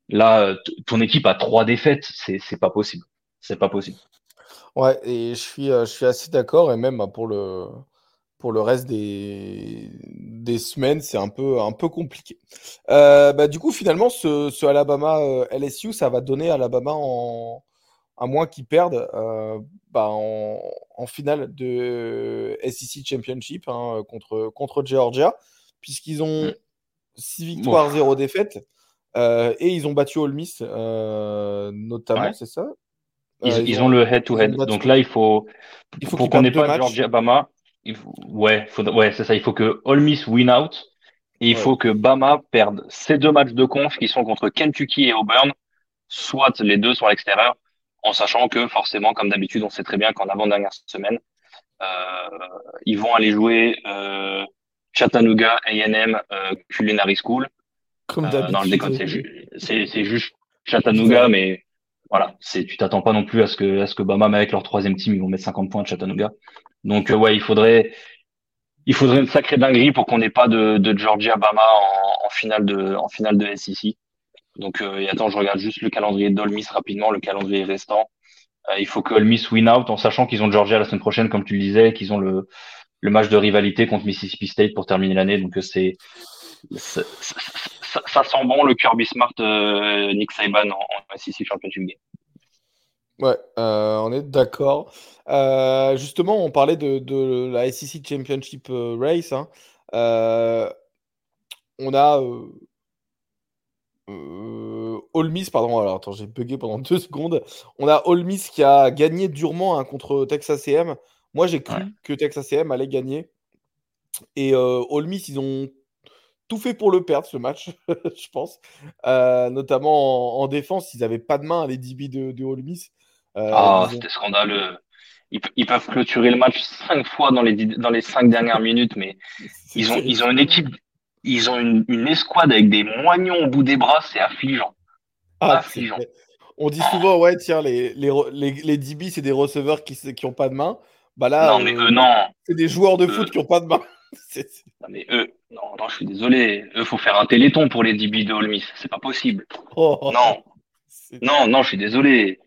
[SPEAKER 2] Là, t- ton équipe a trois défaites, c'est c'est pas possible. C'est pas possible.
[SPEAKER 1] Ouais, et je suis, euh, je suis assez d'accord, et même bah, pour le, pour le reste des, des semaines, c'est un peu, un peu compliqué. Euh, bah, du coup, finalement, ce, ce Alabama euh, L S U, ça va donner Alabama en, à moins qu'ils perdent euh, bah, en, en finale de S E C Championship hein, contre, contre Georgia, puisqu'ils ont
[SPEAKER 2] Mm.
[SPEAKER 1] six
[SPEAKER 2] Bon,
[SPEAKER 1] victoires, zéro défaite, euh, et ils ont battu Ole Miss, euh, notamment,
[SPEAKER 2] ouais.
[SPEAKER 1] c'est ça? Euh,
[SPEAKER 2] Ils,
[SPEAKER 1] ils
[SPEAKER 2] ils ont
[SPEAKER 1] ont,
[SPEAKER 2] le
[SPEAKER 1] ils ont
[SPEAKER 2] head-to-head.
[SPEAKER 1] battu.
[SPEAKER 2] Donc là, il faut,
[SPEAKER 1] Il
[SPEAKER 2] pour,
[SPEAKER 1] faut
[SPEAKER 2] pour
[SPEAKER 1] qu'ils
[SPEAKER 2] qu'on
[SPEAKER 1] perdent
[SPEAKER 2] n'ait
[SPEAKER 1] deux
[SPEAKER 2] pas
[SPEAKER 1] matchs.
[SPEAKER 2] Georgia Bama, il faut, ouais, faut- ouais, c'est ça. Il faut que Ole Miss win out et il
[SPEAKER 1] Ouais.
[SPEAKER 2] faut que Bama perde ses deux matchs de conf qui sont contre Kentucky et Auburn, soit les deux sont à l'extérieur, en sachant que forcément, comme d'habitude, on sait très bien qu'en avant-dernière semaine, euh, ils vont aller jouer euh, Chattanooga A and M euh, Culinary School.
[SPEAKER 1] Comme
[SPEAKER 2] Euh, dans le
[SPEAKER 1] d'habitude.
[SPEAKER 2] déconne, c'est
[SPEAKER 1] euh,
[SPEAKER 2] ju- c'est c'est juste
[SPEAKER 1] Putain.
[SPEAKER 2] Chattanooga, mais voilà, c'est tu t'attends pas non plus à ce que à ce que Bama, mais avec leur troisième team, ils vont mettre cinquante points de Chattanooga. Donc euh, ouais, il faudrait il faudrait une sacrée dinguerie pour qu'on n'ait pas de, de Georgia Bama en, en finale de en finale de S E C. Donc euh, et attends, je regarde juste le calendrier d'Ole Miss rapidement, le calendrier restant. Euh, il faut que Ole Miss win out en sachant qu'ils ont Georgia la semaine prochaine, comme tu le disais, qu'ils ont le le match de rivalité contre Mississippi State pour terminer l'année. Donc euh, c'est ça, ça, ça sent bon le Kirby Smart euh, Nick Saban en, en S E C Championship Game.
[SPEAKER 1] Ouais, euh, on est d'accord. Euh, justement, on parlait de, de la S E C Championship euh, Race, hein. Euh, on a euh, euh, Ole Miss, pardon, alors attends, j'ai bugué pendant deux secondes. On a Ole Miss qui a gagné durement hein, contre Texas A et M. Moi, j'ai
[SPEAKER 2] Ouais.
[SPEAKER 1] cru que Texas A et M allait gagner. Et euh, Ole Miss, ils ont tout fait pour le perdre, ce match, je pense. Euh, notamment en, en défense, ils n'avaient pas de main, les D B de, de Ole Miss. Euh,
[SPEAKER 2] Ah,
[SPEAKER 1] ils ont...
[SPEAKER 2] c'était scandaleux. Ils, pe- ils peuvent clôturer le match cinq fois dans les dix- dans les cinq dernières minutes, mais
[SPEAKER 1] C'est
[SPEAKER 2] ils ont ils ont une
[SPEAKER 1] terrifiant.
[SPEAKER 2] équipe, ils ont une, une escouade avec des moignons au bout des bras, c'est affligeant,
[SPEAKER 1] Ah, c'est...
[SPEAKER 2] affligeant.
[SPEAKER 1] On dit
[SPEAKER 2] Ah,
[SPEAKER 1] souvent, ouais, tiens, les, les, re- les, les D B, c'est des receveurs qui s- qui ont pas de main. Bah là,
[SPEAKER 2] non mais
[SPEAKER 1] euh,
[SPEAKER 2] eux non,
[SPEAKER 1] c'est des joueurs de foot
[SPEAKER 2] eux,
[SPEAKER 1] qui ont pas de main. C'est- c'est-
[SPEAKER 2] non mais eux, non non, je suis désolé, eux faut faire un téléthon pour les D B de Ole Miss, c'est pas possible.
[SPEAKER 1] Oh,
[SPEAKER 2] Non,
[SPEAKER 1] c'est-
[SPEAKER 2] non non, je suis désolé.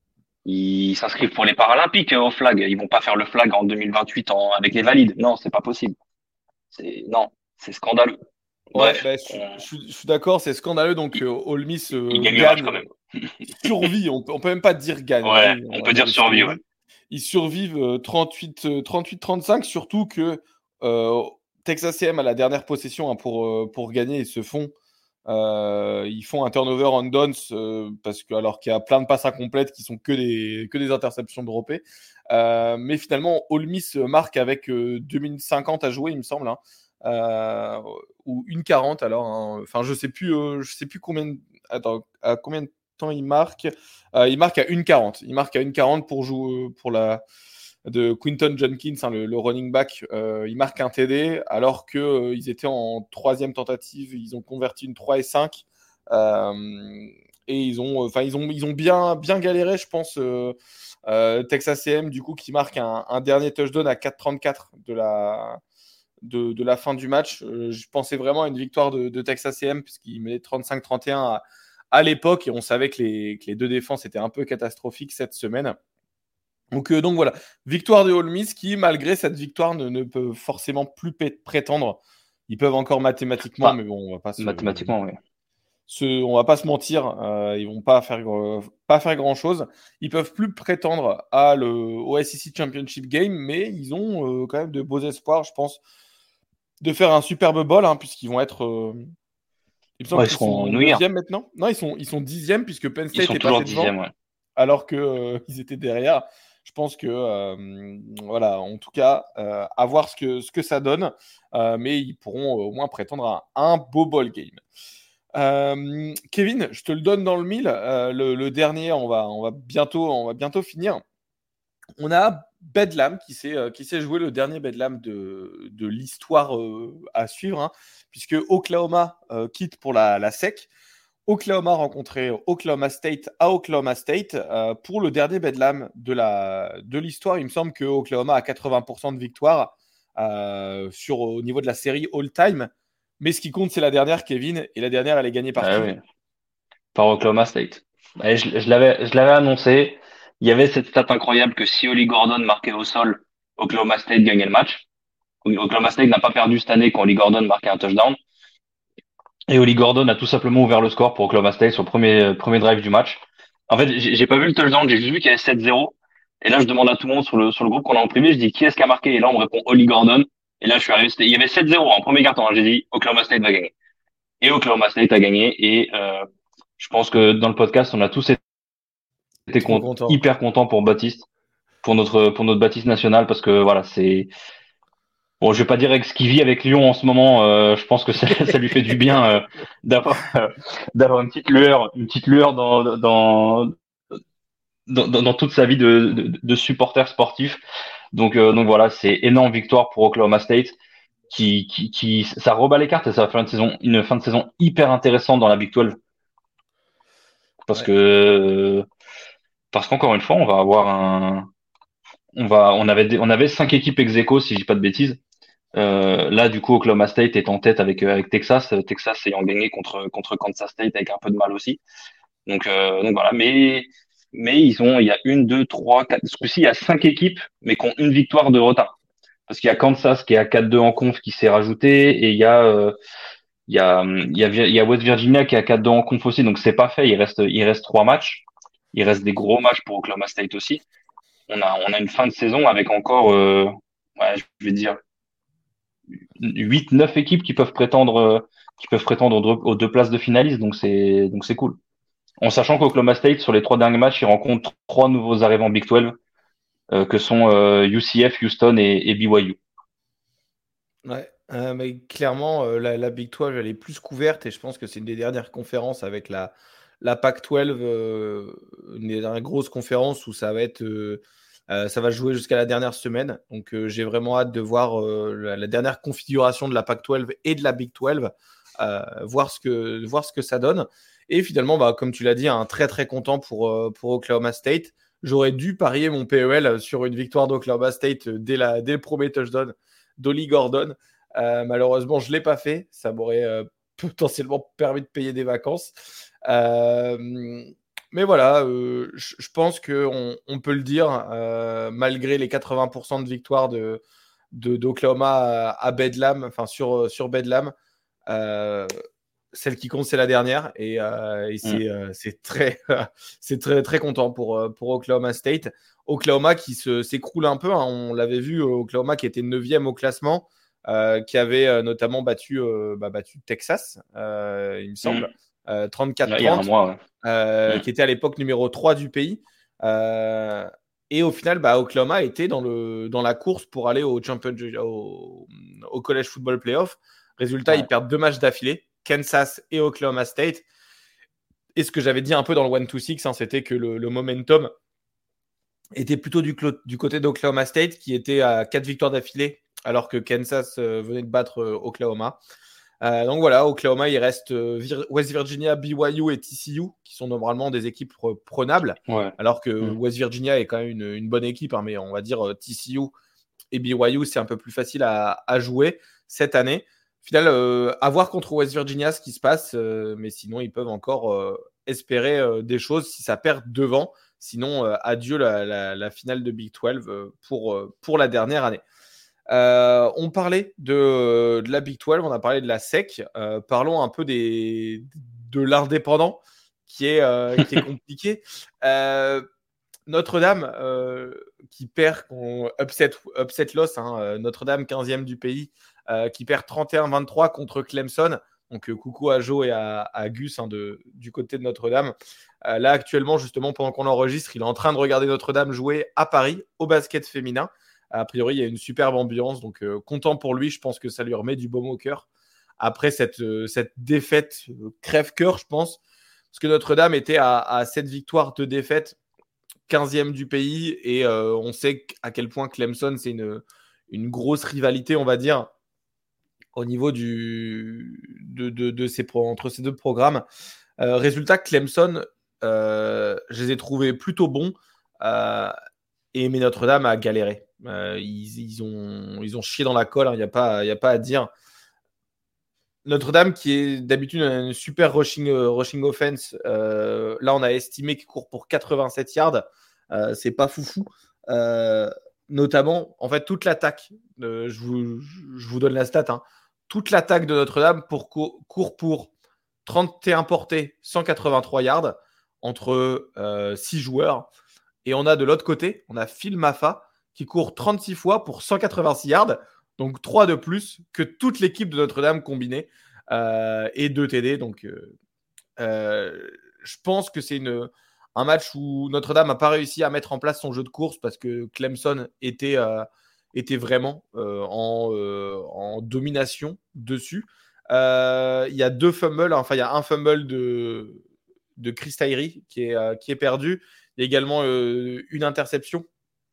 [SPEAKER 2] Ils s'inscrivent pour les Paralympiques euh, au flag. Ils vont pas faire le flag en deux mille vingt-huit en, avec les valides. Non, c'est pas possible. C'est non, c'est scandaleux.
[SPEAKER 1] Ouais,
[SPEAKER 2] Bref,
[SPEAKER 1] bah, je, suis
[SPEAKER 2] on-
[SPEAKER 1] je suis- je suis d'accord, c'est scandaleux. Donc,
[SPEAKER 2] ils,
[SPEAKER 1] euh, Ole Miss
[SPEAKER 2] ils
[SPEAKER 1] euh,
[SPEAKER 2] gagnent le match
[SPEAKER 1] gagne,
[SPEAKER 2] quand même.
[SPEAKER 1] survie. On peut, on peut même pas dire gagne. Hein,
[SPEAKER 2] Ouais,
[SPEAKER 1] oui, on
[SPEAKER 2] on
[SPEAKER 1] va
[SPEAKER 2] peut
[SPEAKER 1] dire
[SPEAKER 2] dire
[SPEAKER 1] ils
[SPEAKER 2] survie, ouais.
[SPEAKER 1] survivent. Ils survivent euh, trente-huit, euh, trente-huit trente-cinq, surtout que euh, Texas A et M a la dernière possession hein, pour, euh, pour gagner. Ils se font, euh, ils font un turnover on downs euh, parce que alors qu'il y a plein de passes incomplètes qui sont que des, que des interceptions droppées. Euh, mais finalement, Ole Miss marque avec euh, deux minutes cinquante à jouer, il me semble. Hein. Euh, ou une quarante alors. Hein. Enfin, je sais plus, euh, je sais plus combien. de- Attends, à combien de temps il marque euh, Il marque à une quarante. Il marque à une quarante pour jouer pour la de Quinton Jenkins, hein, le, le running back. Euh, il marque un T D alors que euh, ils étaient en troisième tentative. Ils ont converti une trois et cinq. Euh, et ils ont, enfin, ils ont, ils ont bien, bien galéré, je pense. Euh, euh, Texas A et M, du coup, qui marque un, un dernier touchdown à quatre trente-quatre de la, de, de la fin du match. Euh, je pensais vraiment à une victoire de, de Texas A et M puisqu'il menait trente-cinq trente et un à, à l'époque et on savait que les, que les deux défenses étaient un peu catastrophiques cette semaine. Donc, euh, donc voilà, victoire de Ole Miss qui, malgré cette victoire, ne, ne peut forcément plus p- prétendre. Ils peuvent encore mathématiquement,
[SPEAKER 2] Enfin,
[SPEAKER 1] mais bon, on va pas se,
[SPEAKER 2] mathématiquement, oui.
[SPEAKER 1] se on va pas se mentir. Euh, ils vont pas faire euh, pas faire grand chose. Ils peuvent plus prétendre à le au S E C Championship Game, mais ils ont euh, quand même de beaux espoirs, je pense, de faire un superbe bowl, hein, puisqu'ils vont être. Euh, il me semble
[SPEAKER 2] Ouais, ils
[SPEAKER 1] qu'ils
[SPEAKER 2] seront en
[SPEAKER 1] sont
[SPEAKER 2] New Year.
[SPEAKER 1] neuvième maintenant. Non, ils sont, ils sont dixième puisque Penn
[SPEAKER 2] Ils
[SPEAKER 1] State
[SPEAKER 2] sont
[SPEAKER 1] est
[SPEAKER 2] toujours
[SPEAKER 1] passé
[SPEAKER 2] dixième,
[SPEAKER 1] devant,
[SPEAKER 2] ouais.
[SPEAKER 1] alors que euh, ils étaient derrière. Je pense que euh, voilà, en tout cas, euh, à voir ce que, ce que ça donne, euh, mais ils pourront euh, au moins prétendre à un beau ball game. Euh, Kevin, je te le donne dans le mille. Euh, le, le dernier, on va, on va bientôt, on va bientôt finir. On a Bedlam qui s'est euh, qui s'est joué le dernier Bedlam de, de l'histoire euh, à suivre, hein, puisque Oklahoma euh, quitte pour la, la S E C. Oklahoma rencontrait Oklahoma State à Oklahoma State euh, pour le dernier Bedlam de la de l'histoire. Il me semble que Oklahoma a quatre-vingts pour cent de victoire euh, sur au niveau de la série all-time. Mais ce qui compte, c'est la dernière, Kevin. Et la dernière, elle est gagnée par
[SPEAKER 2] Ouais,
[SPEAKER 1] qui?
[SPEAKER 2] ouais. par Oklahoma State. Et je, je l'avais, je l'avais annoncé. Il y avait cette stat incroyable que si Oli Gordon marquait au sol, Oklahoma State gagnait le match. Oklahoma State n'a pas perdu cette année quand Oli Gordon marquait un touchdown. Et Oli Gordon a tout simplement ouvert le score pour Oklahoma State sur le premier, premier drive du match. En fait, j'ai j'ai pas vu le touchdown, j'ai juste vu qu'il y avait sept zéro. Et là, je demande à tout le monde sur le, sur le groupe qu'on a imprimé, je dis qui est-ce qui a marqué? Et là, on me répond Oli Gordon. Et là, je suis arrivé, c'était- il y avait sept zéro en premier carton. Hein. J'ai dit Oklahoma State va gagner. Et Oklahoma State a gagné. Et euh, je pense que dans le podcast, on a tous été
[SPEAKER 1] Trop
[SPEAKER 2] con-
[SPEAKER 1] content.
[SPEAKER 2] hyper contents pour Baptiste, pour notre, pour notre Baptiste national, parce que voilà, c'est bon, je vais pas dire avec ce qu'il vit avec Lyon en ce moment. Euh, je pense que ça, ça lui fait du bien euh, d'avoir euh, d'avoir une petite lueur, une petite lueur dans dans dans, dans, dans toute sa vie de, de, de supporter sportif. Donc euh, donc voilà, c'est énorme victoire pour Oklahoma State qui qui qui ça rebat les cartes et ça va faire une saison une fin de saison hyper intéressante dans la Big douze parce
[SPEAKER 1] Ouais.
[SPEAKER 2] que parce qu'encore une fois, on va avoir un on va on avait des- on avait cinq équipes ex aequo si je dis pas de bêtises. Euh, là, du coup, Oklahoma State est en tête avec, euh, avec Texas, euh, Texas ayant gagné contre, contre Kansas State avec un peu de mal aussi. Donc, euh, donc voilà, mais, mais ils ont, il y a une, deux, trois, quatre, ce coup-ci, il y a cinq équipes, mais qui ont une victoire de retard. Parce qu'il y a Kansas qui est à quatre deux en conf qui s'est rajouté, et il y a, euh, il y a, il y a, il y a West Virginia qui est à quatre deux en conf aussi, donc c'est pas fait, il reste, il reste trois matchs. Il reste des gros matchs pour Oklahoma State aussi. On a, on a une fin de saison avec encore, euh, ouais, je vais dire, huit neuf équipes qui peuvent prétendre euh, qui peuvent prétendre aux deux, aux deux places de finalistes, donc c'est donc c'est cool. En sachant qu'Oklahoma State sur les trois derniers matchs, ils rencontrent trois nouveaux arrivants Big douze euh, que sont euh, U C F, Houston et, et B Y U.
[SPEAKER 1] Ouais, euh, mais clairement, euh, la, la Big douze, elle est plus couverte et je pense que c'est une des dernières conférences avec la, la Pac douze, euh, une des dernières grosses conférences où ça va être, euh, euh, ça va jouer jusqu'à la dernière semaine. Donc, euh, j'ai vraiment hâte de voir euh, la, la dernière configuration de la Pac douze et de la Big douze, euh, voir ce que, voir ce que ça donne. Et finalement, bah, comme tu l'as dit, un très très content pour, euh, pour Oklahoma State. J'aurais dû parier mon P E L sur une victoire d'Oklahoma State dès, la, dès le premier touchdown d'Oli Gordon. Euh, malheureusement, je ne l'ai pas fait. Ça m'aurait euh, potentiellement permis de payer des vacances. Euh, mais voilà, euh, je, je pense qu'on on peut le dire, euh, malgré les quatre-vingts pour cent de victoire de, de, d'Oklahoma à, à Bedlam, enfin sur, sur Bedlam, euh, celle qui compte, c'est la dernière. Et, euh, et
[SPEAKER 2] Mm.
[SPEAKER 1] c'est, euh, c'est, très, c'est très, très content pour, pour Oklahoma State. Oklahoma qui se, s'écroule un peu. Hein. On l'avait vu, Oklahoma qui était neuvième au classement, euh, qui avait euh, notamment battu, euh, bah, battu Texas, euh, il me
[SPEAKER 2] Mm.
[SPEAKER 1] semble, euh, trente-quatre
[SPEAKER 2] Ouais, il y a un
[SPEAKER 1] trente,
[SPEAKER 2] mois, ouais.
[SPEAKER 1] euh,
[SPEAKER 2] Mm.
[SPEAKER 1] qui était à l'époque numéro trois du pays. Euh, et au final, bah, Oklahoma était dans, le, dans la course pour aller au, champion, au, au College Football Playoff. Résultat, ils
[SPEAKER 2] Ouais.
[SPEAKER 1] perdent deux matchs d'affilée, Kansas et Oklahoma State. Et ce que j'avais dit un peu dans le one to six, hein, c'était que le, le momentum était plutôt du, du côté d'Oklahoma State, qui était à quatre victoires d'affilée, alors que Kansas euh, venait de battre euh, Oklahoma. Euh, donc voilà, Oklahoma, il reste euh, West Virginia, B Y U et T C U, qui sont normalement des équipes prenables,
[SPEAKER 2] Ouais.
[SPEAKER 1] alors que
[SPEAKER 2] Mm.
[SPEAKER 1] West Virginia est quand même une, une bonne équipe, hein, mais on va dire euh, T C U et B Y U, c'est un peu plus facile à, à jouer cette année. Au final, euh, à voir contre West Virginia ce qui se passe, euh, mais sinon, ils peuvent encore euh, espérer euh, des choses si ça perd devant. Sinon, euh, adieu la, la, la, finale de Big douze euh, pour, euh, pour la dernière année. Euh, on parlait de, de la Big douze, on a parlé de la S E C. Euh, parlons un peu des, de l'indépendant qui est, euh, qui est compliqué. Euh, Notre-Dame euh, qui perd, on, upset, upset loss, hein, Notre-Dame quinzième du pays, euh, qui perd trente et un vingt-trois contre Clemson. Donc euh, coucou à Joe et à, à Gus, hein, de, du côté de Notre-Dame. Euh, là actuellement, justement, pendant qu'on enregistre, il est en train de regarder Notre-Dame jouer à Paris au basket féminin. A priori, il y a une superbe ambiance, donc euh, content pour lui. Je pense que ça lui remet du baume au cœur après cette, euh, cette défaite euh, crève-cœur, je pense. Parce que Notre-Dame était à, à sept victoires, deux défaites, quinzième du pays, et euh, on sait à quel point Clemson, c'est une, une grosse rivalité, on va dire, au niveau du, de, de, de ces pro, entre ces deux programmes. Euh, résultat, Clemson, euh, je les ai trouvés plutôt bons, euh, et mais Notre-Dame a galéré. Euh, ils, ils, ont, ils ont chié dans la colle, il hein, n'y a, a pas à dire. Notre-Dame, qui est d'habitude une super rushing, euh, rushing offense, euh, là, on a estimé qu'il court pour quatre-vingt-sept yards. Euh, c'est pas foufou. Euh, notamment, en fait, toute l'attaque, euh, je, vous, je vous donne la stat, hein, toute l'attaque de Notre-Dame pour, court pour trente et un portées, cent quatre-vingt-trois yards entre euh, six joueurs. Et on a de l'autre côté, on a Phil Maffa qui court trente-six fois pour cent quatre-vingt-six yards. Donc trois de plus que toute l'équipe de Notre-Dame combinée euh, et deux T D. Donc euh, euh, je pense que c'est une, un match où Notre-Dame n'a pas réussi à mettre en place son jeu de course parce que Clemson était, euh, était vraiment euh, en, euh, en domination dessus. Euh, il y a deux fumbles, enfin il y a un fumble de, de Chris Tyree qui est, euh, qui est perdu. Il y a également euh, une interception.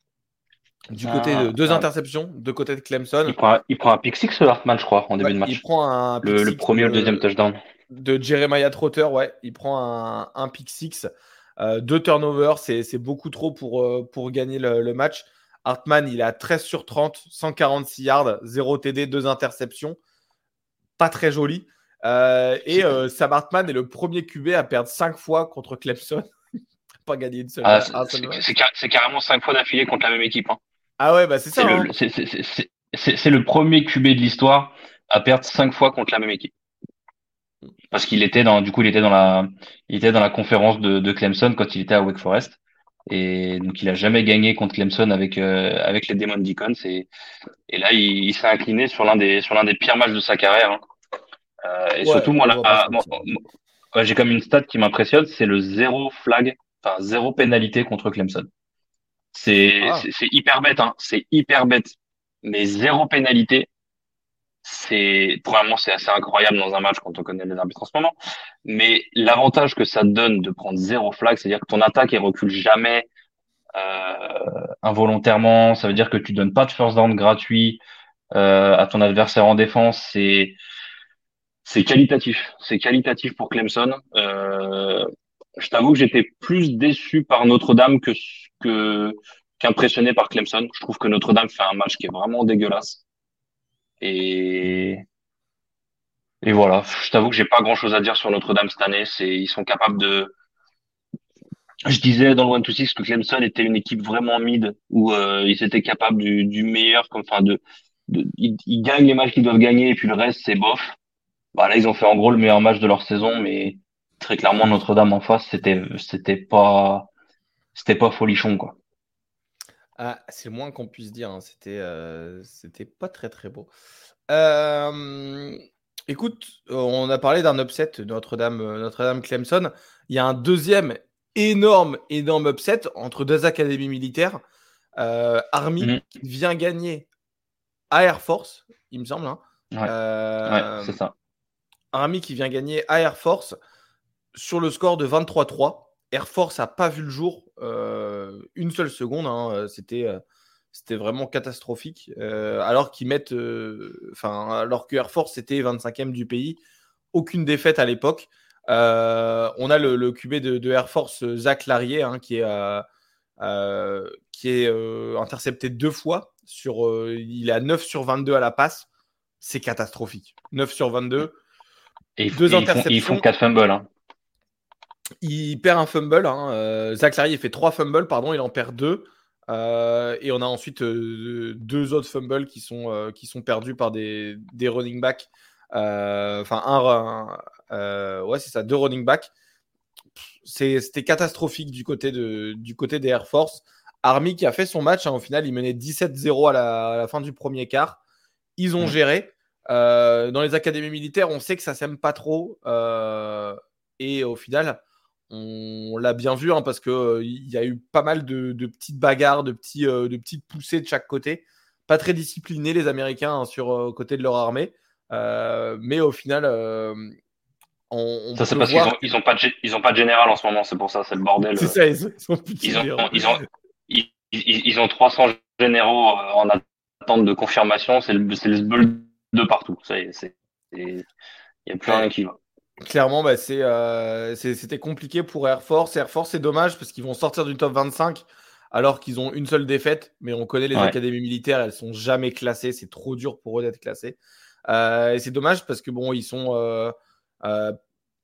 [SPEAKER 1] Du côté de
[SPEAKER 2] Ah,
[SPEAKER 1] deux
[SPEAKER 2] ah,
[SPEAKER 1] interceptions, de côté de Clemson.
[SPEAKER 2] il prend, un, il prend un pick six, ce Hartman, je crois, en début
[SPEAKER 1] Ouais,
[SPEAKER 2] de
[SPEAKER 1] il
[SPEAKER 2] match.
[SPEAKER 1] prend un pick
[SPEAKER 2] Le, le
[SPEAKER 1] six
[SPEAKER 2] premier ou le deuxième
[SPEAKER 1] de,
[SPEAKER 2] touchdown.
[SPEAKER 1] de Jeremiah Trotter. Ouais, il prend un, un pick six. Euh, deux turnovers, c'est, c'est beaucoup trop pour, euh, pour gagner le, le match. Hartman, il a treize sur trente, cent quarante-six yards, zéro T D, deux interceptions. Pas très joli. Euh, et euh, Sam Hartman est le premier Q B à perdre cinq fois contre Clemson. Pas gagné une seule,
[SPEAKER 2] Ah, c'est
[SPEAKER 1] un seul
[SPEAKER 2] c'est-
[SPEAKER 1] match.
[SPEAKER 2] c'est car- c'est carrément cinq fois d'affilée contre la même équipe. Hein.
[SPEAKER 1] Ah ouais, bah c'est
[SPEAKER 2] C'est
[SPEAKER 1] ça.
[SPEAKER 2] le,
[SPEAKER 1] Hein.
[SPEAKER 2] le- c'est c'est- c'est- c'est- c'est- c'est le premier Q B de l'histoire à perdre cinq fois contre la même équipe. Parce qu'il était dans, du coup, il était dans la, il était dans la conférence de, de Clemson quand il était à Wake Forest. Et donc, il a jamais gagné contre Clemson avec, euh, avec les Demon Deacons. Et, et là, il, il s'est incliné sur l'un des, sur l'un des pires matchs de sa carrière. Hein. Euh, et
[SPEAKER 1] Ouais,
[SPEAKER 2] surtout, moi,
[SPEAKER 1] on
[SPEAKER 2] là,
[SPEAKER 1] va pas se
[SPEAKER 2] moi,
[SPEAKER 1] mentir.
[SPEAKER 2] moi, j'ai comme une stat qui m'impressionne, c'est le zéro flag, enfin, zéro pénalité contre Clemson. C'est,
[SPEAKER 1] Ah,
[SPEAKER 2] c'est, c'est hyper bête, hein. C'est hyper bête. Mais zéro pénalité, c'est, premièrement, c'est assez incroyable dans un match quand on connaît les arbitres en ce moment. Mais l'avantage que ça te donne de prendre zéro flag, c'est-à-dire que ton attaque, elle recule jamais, euh, involontairement. Ça veut dire que tu donnes pas de first down gratuit, euh, à ton adversaire en défense. C'est, c'est qualitatif. C'est qualitatif pour Clemson. Euh, je t'avoue que j'étais plus déçu par Notre-Dame que, que, qu'impressionné par Clemson. Je trouve que Notre-Dame fait un match qui est vraiment dégueulasse. Et, et voilà. Je t'avoue que j'ai pas grand chose à dire sur Notre-Dame cette année. C'est, ils sont capables de, je disais dans le one to six que Clemson était une équipe vraiment mid où, euh, ils étaient capables du, du meilleur, comme, enfin, de, de, ils, ils gagnent les matchs qu'ils doivent gagner et puis le reste, c'est bof. Bah là, ils ont fait en gros le meilleur match de leur saison, mais très clairement, Notre-Dame en face, c'était, c'était pas, c'était pas folichon, quoi.
[SPEAKER 1] ah, c'est le moins qu'on puisse dire. Hein. C'était, euh, c'était pas très très beau. Euh, écoute, on a parlé d'un upset de Notre-Dame, euh, Notre-Dame Clemson. Il y a un deuxième énorme, énorme upset entre deux académies militaires. Euh, Army
[SPEAKER 2] Mhm.
[SPEAKER 1] qui vient gagner à Air Force, il me semble. Hein.
[SPEAKER 2] Ouais, ouais,
[SPEAKER 1] Euh,
[SPEAKER 2] c'est ça.
[SPEAKER 1] Army qui vient gagner à Air Force sur le score de vingt-trois trois. Air Force n'a pas vu le jour euh, une seule seconde. Hein. C'était, euh, c'était vraiment catastrophique. Euh, alors qu'ils mettent, enfin, euh, alors que Air Force était vingt-cinquième du pays, aucune défaite à l'époque. Euh, on a le, le Q B de, de Air Force, Zach Larrier, hein, qui est, euh, euh, qui est euh, intercepté deux fois. Sur, euh, il est à neuf sur vingt-deux à la passe. C'est catastrophique. neuf sur vingt-deux.
[SPEAKER 2] Et,
[SPEAKER 1] Deux
[SPEAKER 2] et ils font, ils font
[SPEAKER 1] interceptions.
[SPEAKER 2] quatre fumbles, hein.
[SPEAKER 1] Il perd un fumble. Hein. Euh, Zach Larry, il fait trois fumbles, pardon, il en perd deux. Euh, et on a ensuite euh, deux autres fumbles qui sont, euh, qui sont perdus par des, des running backs. Euh, Enfin, un, un euh, ouais, c'est ça, deux running backs. C'est, c'était catastrophique du côté, de, du côté des Air Force. Army qui a fait son match, hein, au final, il menait dix-sept zéro à la, à la fin du premier quart. Ils ont
[SPEAKER 2] Mhm.
[SPEAKER 1] géré. Euh, dans les académies militaires, on sait que ça s'aime pas trop. Euh, et au final, on l'a bien vu, hein, parce qu'il euh, y a eu pas mal de, de petites bagarres, de, petits, euh, de petites poussées de chaque côté. Pas très disciplinés, les Américains, hein, sur euh, côté de leur armée. Euh, mais au final, euh, on, on
[SPEAKER 2] Ça, c'est
[SPEAKER 1] peut
[SPEAKER 2] parce qu'ils ont,
[SPEAKER 1] voir que
[SPEAKER 2] ils ont pas de, gé- ils ont pas de général en ce moment, c'est pour ça, c'est le bordel.
[SPEAKER 1] c'est
[SPEAKER 2] euh.
[SPEAKER 1] ça, ils, ils ont plus de
[SPEAKER 2] Ils ont,
[SPEAKER 1] généraux.
[SPEAKER 2] ils ont, ils, ils, ils ont trois cents généraux euh, en attente de confirmation, c'est le, c'est le sbeul de partout. C'est, c'est, il y a plus rien
[SPEAKER 1] Ouais,
[SPEAKER 2] qui va.
[SPEAKER 1] clairement, bah, c'est, euh, c'est- c'était compliqué pour Air Force. Air Force, c'est dommage parce qu'ils vont sortir du top vingt-cinq alors qu'ils ont une seule défaite. Mais on connaît les
[SPEAKER 2] Ouais.
[SPEAKER 1] académies militaires, elles sont jamais classées. C'est trop dur pour eux d'être classés. Euh, et c'est dommage parce que bon, ils sont euh, euh,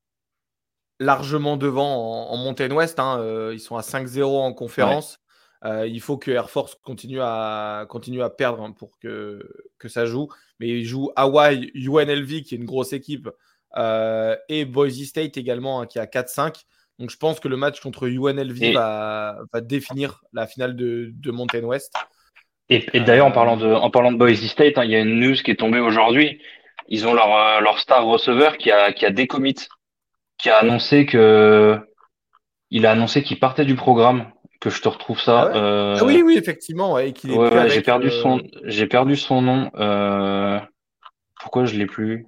[SPEAKER 1] largement devant en, en Mountain West. Hein, euh, ils sont à cinq zéro en
[SPEAKER 2] Ouais.
[SPEAKER 1] conférence. Euh, il faut que Air Force continue à, continue à perdre hein, pour que, que ça joue. Mais ils jouent Hawaii, U N L V, qui est une grosse équipe, euh, et Boise State également, hein, qui est à quatre cinq. Donc je pense que le match contre U N L V
[SPEAKER 2] Et,
[SPEAKER 1] va, va définir la finale de, de Mountain West.
[SPEAKER 2] et, et d'ailleurs, en
[SPEAKER 1] Euh,
[SPEAKER 2] parlant de, en parlant de Boise State, hein, il y a une news qui est tombée aujourd'hui. Ils ont leur, euh, leur star receveur qui a, qui a décommit, qui a annoncé que, il a annoncé qu'il partait du programme, que je te retrouve
[SPEAKER 1] Ah
[SPEAKER 2] ça.
[SPEAKER 1] ouais? Ah
[SPEAKER 2] Euh,
[SPEAKER 1] oui, oui, effectivement, ouais, et qu'il est
[SPEAKER 2] ouais,
[SPEAKER 1] plus
[SPEAKER 2] ouais, j'ai
[SPEAKER 1] avec.
[SPEAKER 2] perdu son,
[SPEAKER 1] euh,
[SPEAKER 2] j'ai perdu son nom. Euh, pourquoi je l'ai plus?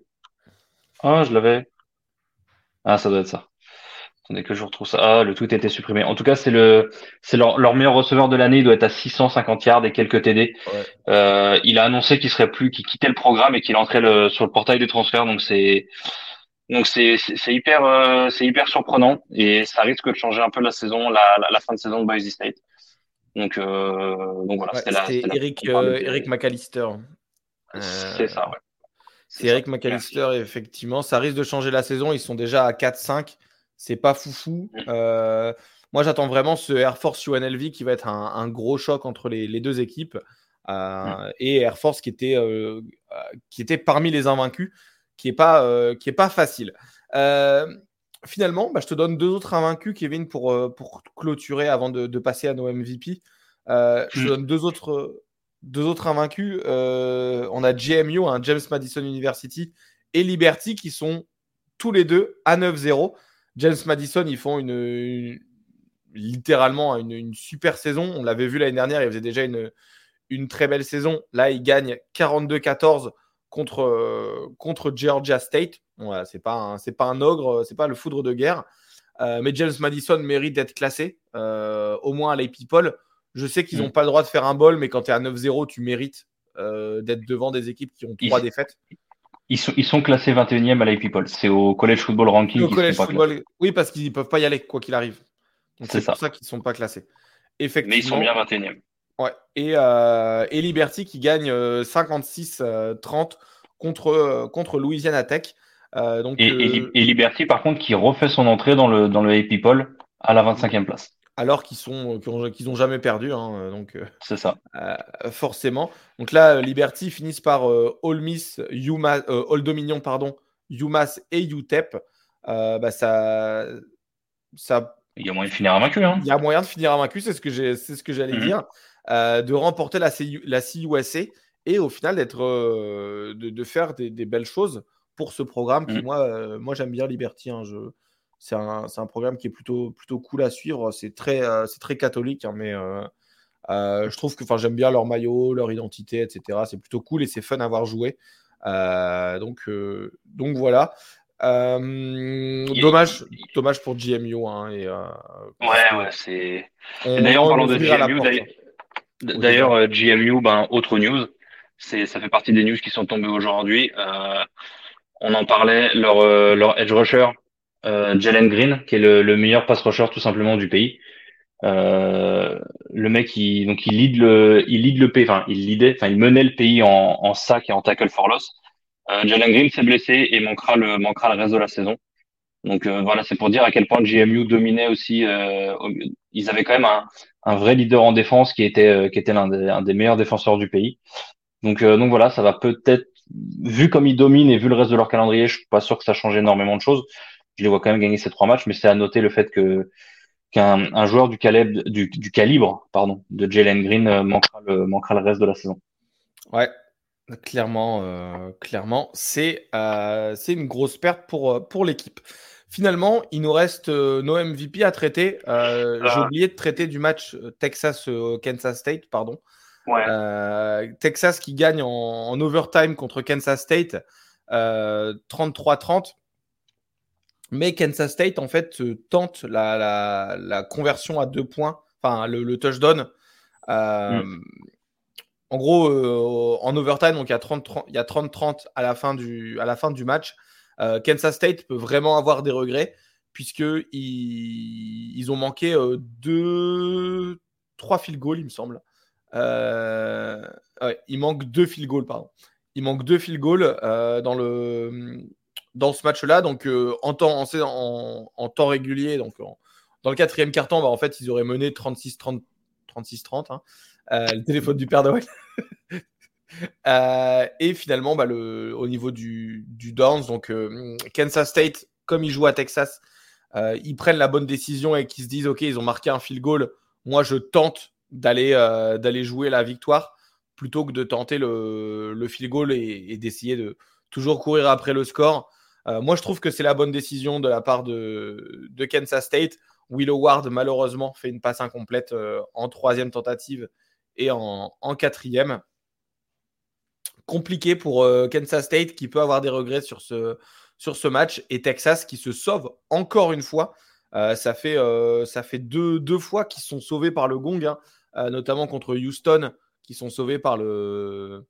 [SPEAKER 2] Ah, je l'avais. Ah, ça doit être ça. Attendez que je retrouve ça. Ah, le tweet a été supprimé. En tout cas, c'est le, c'est leur, leur meilleur receveur de l'année. Il doit être à six cent cinquante yards et quelques T D.
[SPEAKER 1] Ouais.
[SPEAKER 2] Euh, il a annoncé qu'il serait plus, qu'il quittait le programme et qu'il entrait le, sur le portail des transferts. Donc c'est, donc c'est, c'est c'est hyper, euh, c'est hyper surprenant et ça risque de changer un peu la saison, la, la, la fin de saison de Boise State. Donc, euh, donc voilà,
[SPEAKER 1] Ouais,
[SPEAKER 2] c'était la, c'était
[SPEAKER 1] c'est
[SPEAKER 2] la
[SPEAKER 1] Eric,
[SPEAKER 2] on parlait
[SPEAKER 1] euh, Eric
[SPEAKER 2] des,
[SPEAKER 1] McAllister.
[SPEAKER 2] c'est
[SPEAKER 1] Euh,
[SPEAKER 2] ça, ouais, c'est
[SPEAKER 1] c'est
[SPEAKER 2] ça.
[SPEAKER 1] Eric
[SPEAKER 2] Merci.
[SPEAKER 1] McAllister, effectivement. Ça risque de changer la saison. Ils sont déjà à quatre cinq. C'est pas foufou.
[SPEAKER 2] Mm,
[SPEAKER 1] Euh, moi, j'attends vraiment ce Air Force U N L V qui va être un, un gros choc entre les, les deux équipes.
[SPEAKER 2] mm.
[SPEAKER 1] Euh, et Air Force qui était, euh, euh, qui était parmi les invaincus, qui est pas, euh, qui est pas facile. Euh, Finalement, bah, je te donne deux autres invaincus, Kevin, pour, euh, pour clôturer avant de, de passer à nos M V P. Euh, je te
[SPEAKER 2] Mm.
[SPEAKER 1] donne deux autres, deux autres invaincus. Euh, on a J M U, hein, James Madison University, et Liberty qui sont tous les deux à neuf zéro. James Madison, ils font une, une littéralement une, une, super saison. On l'avait vu l'année dernière, ils faisaient déjà une, une très belle saison. Là, ils gagnent quarante-deux quatorze contre, euh, contre Georgia State. Voilà, c'est pas un, c'est pas un ogre, c'est pas le foudre de guerre. Euh, mais James Madison mérite d'être classé, euh, au moins à l'A P Poll. Je sais qu'ils n'ont
[SPEAKER 2] Mm.
[SPEAKER 1] pas le droit de faire un bol, mais quand tu es à neuf zéro, tu mérites euh, d'être devant des équipes qui ont trois
[SPEAKER 2] Ils,
[SPEAKER 1] défaites.
[SPEAKER 2] ils sont, ils sont classés vingt et unième à l'A P Poll. C'est au College Football
[SPEAKER 1] Et
[SPEAKER 2] Ranking
[SPEAKER 1] au
[SPEAKER 2] qu'ils sont
[SPEAKER 1] collège
[SPEAKER 2] pas classés.
[SPEAKER 1] football, oui, parce qu'ils ne peuvent pas y aller, quoi qu'il arrive. Donc
[SPEAKER 2] C'est
[SPEAKER 1] c'est pour
[SPEAKER 2] ça.
[SPEAKER 1] ça qu'ils ne sont pas classés.
[SPEAKER 2] Mais ils sont bien
[SPEAKER 1] Effectivement.
[SPEAKER 2] vingt et unième.
[SPEAKER 1] Ouais. Et, euh, et Liberty qui gagne euh, cinquante-six trente contre, euh, contre Louisiana Tech. Euh, donc,
[SPEAKER 2] Et, et, Li-
[SPEAKER 1] euh,
[SPEAKER 2] et Liberty, par contre, qui refait son entrée dans le, dans le A P Poll à la vingt-cinquième place.
[SPEAKER 1] alors qu'ils sont qu'ils ont, qu'ils ont jamais perdu, hein, donc euh,
[SPEAKER 2] C'est ça.
[SPEAKER 1] euh, forcément. Donc là, Liberty finissent par euh, Ole Miss, UMass, euh, Old Dominion, pardon, UMass et U T E P. Euh, bah ça, ça,
[SPEAKER 2] Il y a moyen de finir invaincu, hein.
[SPEAKER 1] il y a moyen de finir invaincu, c'est ce que j'ai, c'est ce que j'allais
[SPEAKER 2] Mhm.
[SPEAKER 1] dire, euh, de remporter la, C U, la C U S A et au final d'être, euh, de, de, faire des, des, belles choses pour ce programme qui,
[SPEAKER 2] Mhm.
[SPEAKER 1] moi, euh, moi j'aime bien Liberty. Hein, je, c'est, un, c'est un programme qui est plutôt, plutôt cool à suivre. C'est très, euh, c'est très catholique, hein, mais euh, euh, je trouve que j'aime bien leur maillot, leur identité, et cetera. C'est plutôt cool et c'est fun à voir jouer. Euh, donc, euh, donc voilà. Euh,
[SPEAKER 2] Il-
[SPEAKER 1] dommage, dommage pour J M U, hein, et, euh,
[SPEAKER 2] Ouais,
[SPEAKER 1] puisque
[SPEAKER 2] ouais, c'est. Et
[SPEAKER 1] on
[SPEAKER 2] d'ailleurs, en
[SPEAKER 1] en
[SPEAKER 2] parlant de
[SPEAKER 1] ouvrira la
[SPEAKER 2] G M U,
[SPEAKER 1] porte.
[SPEAKER 2] d'ailleurs,
[SPEAKER 1] Hein. Oui,
[SPEAKER 2] d'ailleurs,
[SPEAKER 1] vas-y.
[SPEAKER 2] euh, G M U, ben, autre news, c'est, ça fait partie des news qui sont tombées aujourd'hui. Euh, on en parlait, leur, euh, leur edge rusher, euh, Jalen Green, qui est le, le meilleur pass rusher tout simplement du pays. Euh, le mec, il, donc il lead le, il lead le pays, enfin, il leadait, enfin, il menait le pays en, en sack et en tackle for loss. Euh, Jalen Green s'est blessé et manquera le, manquera le reste de la saison. Donc euh, voilà, c'est pour dire à quel point le J M U dominait aussi. Euh, au- ils avaient quand même un, un vrai leader en défense qui était, euh, qui était l'un des, un des meilleurs défenseurs du pays. Donc, euh, donc voilà, ça va peut-être, vu comme ils dominent et vu le reste de leur calendrier, je suis pas sûr que ça change énormément de choses. Je les vois quand même gagner ces trois matchs, mais c'est à noter le fait que qu'un un joueur du calibre, du, du calibre, pardon, de Jalen Green euh, manquera le, manquera le reste de la saison.
[SPEAKER 1] Ouais, clairement, euh, clairement, c'est euh, c'est une grosse perte pour, euh, pour l'équipe. Finalement, il nous reste euh, nos M V P à traiter. Euh, j'ai
[SPEAKER 2] Euh,
[SPEAKER 1] oublié de traiter du match euh, Texas-Kansas State, pardon.
[SPEAKER 2] ouais.
[SPEAKER 1] Euh, Texas qui gagne en, en overtime contre Kansas State, euh, trente-trois trente. Mais Kansas State, en fait, euh, tente la, la, la conversion à deux points, enfin le, le touchdown.
[SPEAKER 2] Mm.
[SPEAKER 1] Euh, En gros, euh, en overtime, donc il y a trente trente à la fin du, à la fin du match. Euh, Kansas State peut vraiment avoir des regrets puisqu'ils ils ont manqué euh, deux, trois field goals, il me semble. Euh, ouais, il manque deux field goals, pardon. il manque deux field goals euh, dans, le, dans ce match-là. Donc, euh, en, temps, en, en, en, temps régulier, donc en, dans le quatrième quart-temps, bah, en fait, ils auraient mené trente-six trente. trente-six trente hein. euh, le téléphone du père de Noël. euh, et finalement, bah, le, au niveau du, du downs, donc euh, Kansas State, comme ils jouent à Texas, euh, ils prennent la bonne décision et qu'ils se disent, OK, ils ont marqué un field goal. Moi, je tente d'aller, euh, d'aller jouer la victoire plutôt que de tenter le, le field goal et, et d'essayer de toujours courir après le score. Euh, moi, je trouve que c'est la bonne décision de la part de, de Kansas State. Will Howard, malheureusement, fait une passe incomplète euh, en troisième tentative et en, en quatrième. Compliqué pour euh, Kansas State qui peut avoir des regrets sur ce, sur ce match et Texas qui se sauve encore une fois. Euh, ça fait, euh, ça fait deux, deux fois qu'ils sont sauvés par le gong, hein, euh, notamment contre Houston, qui sont sauvés par le.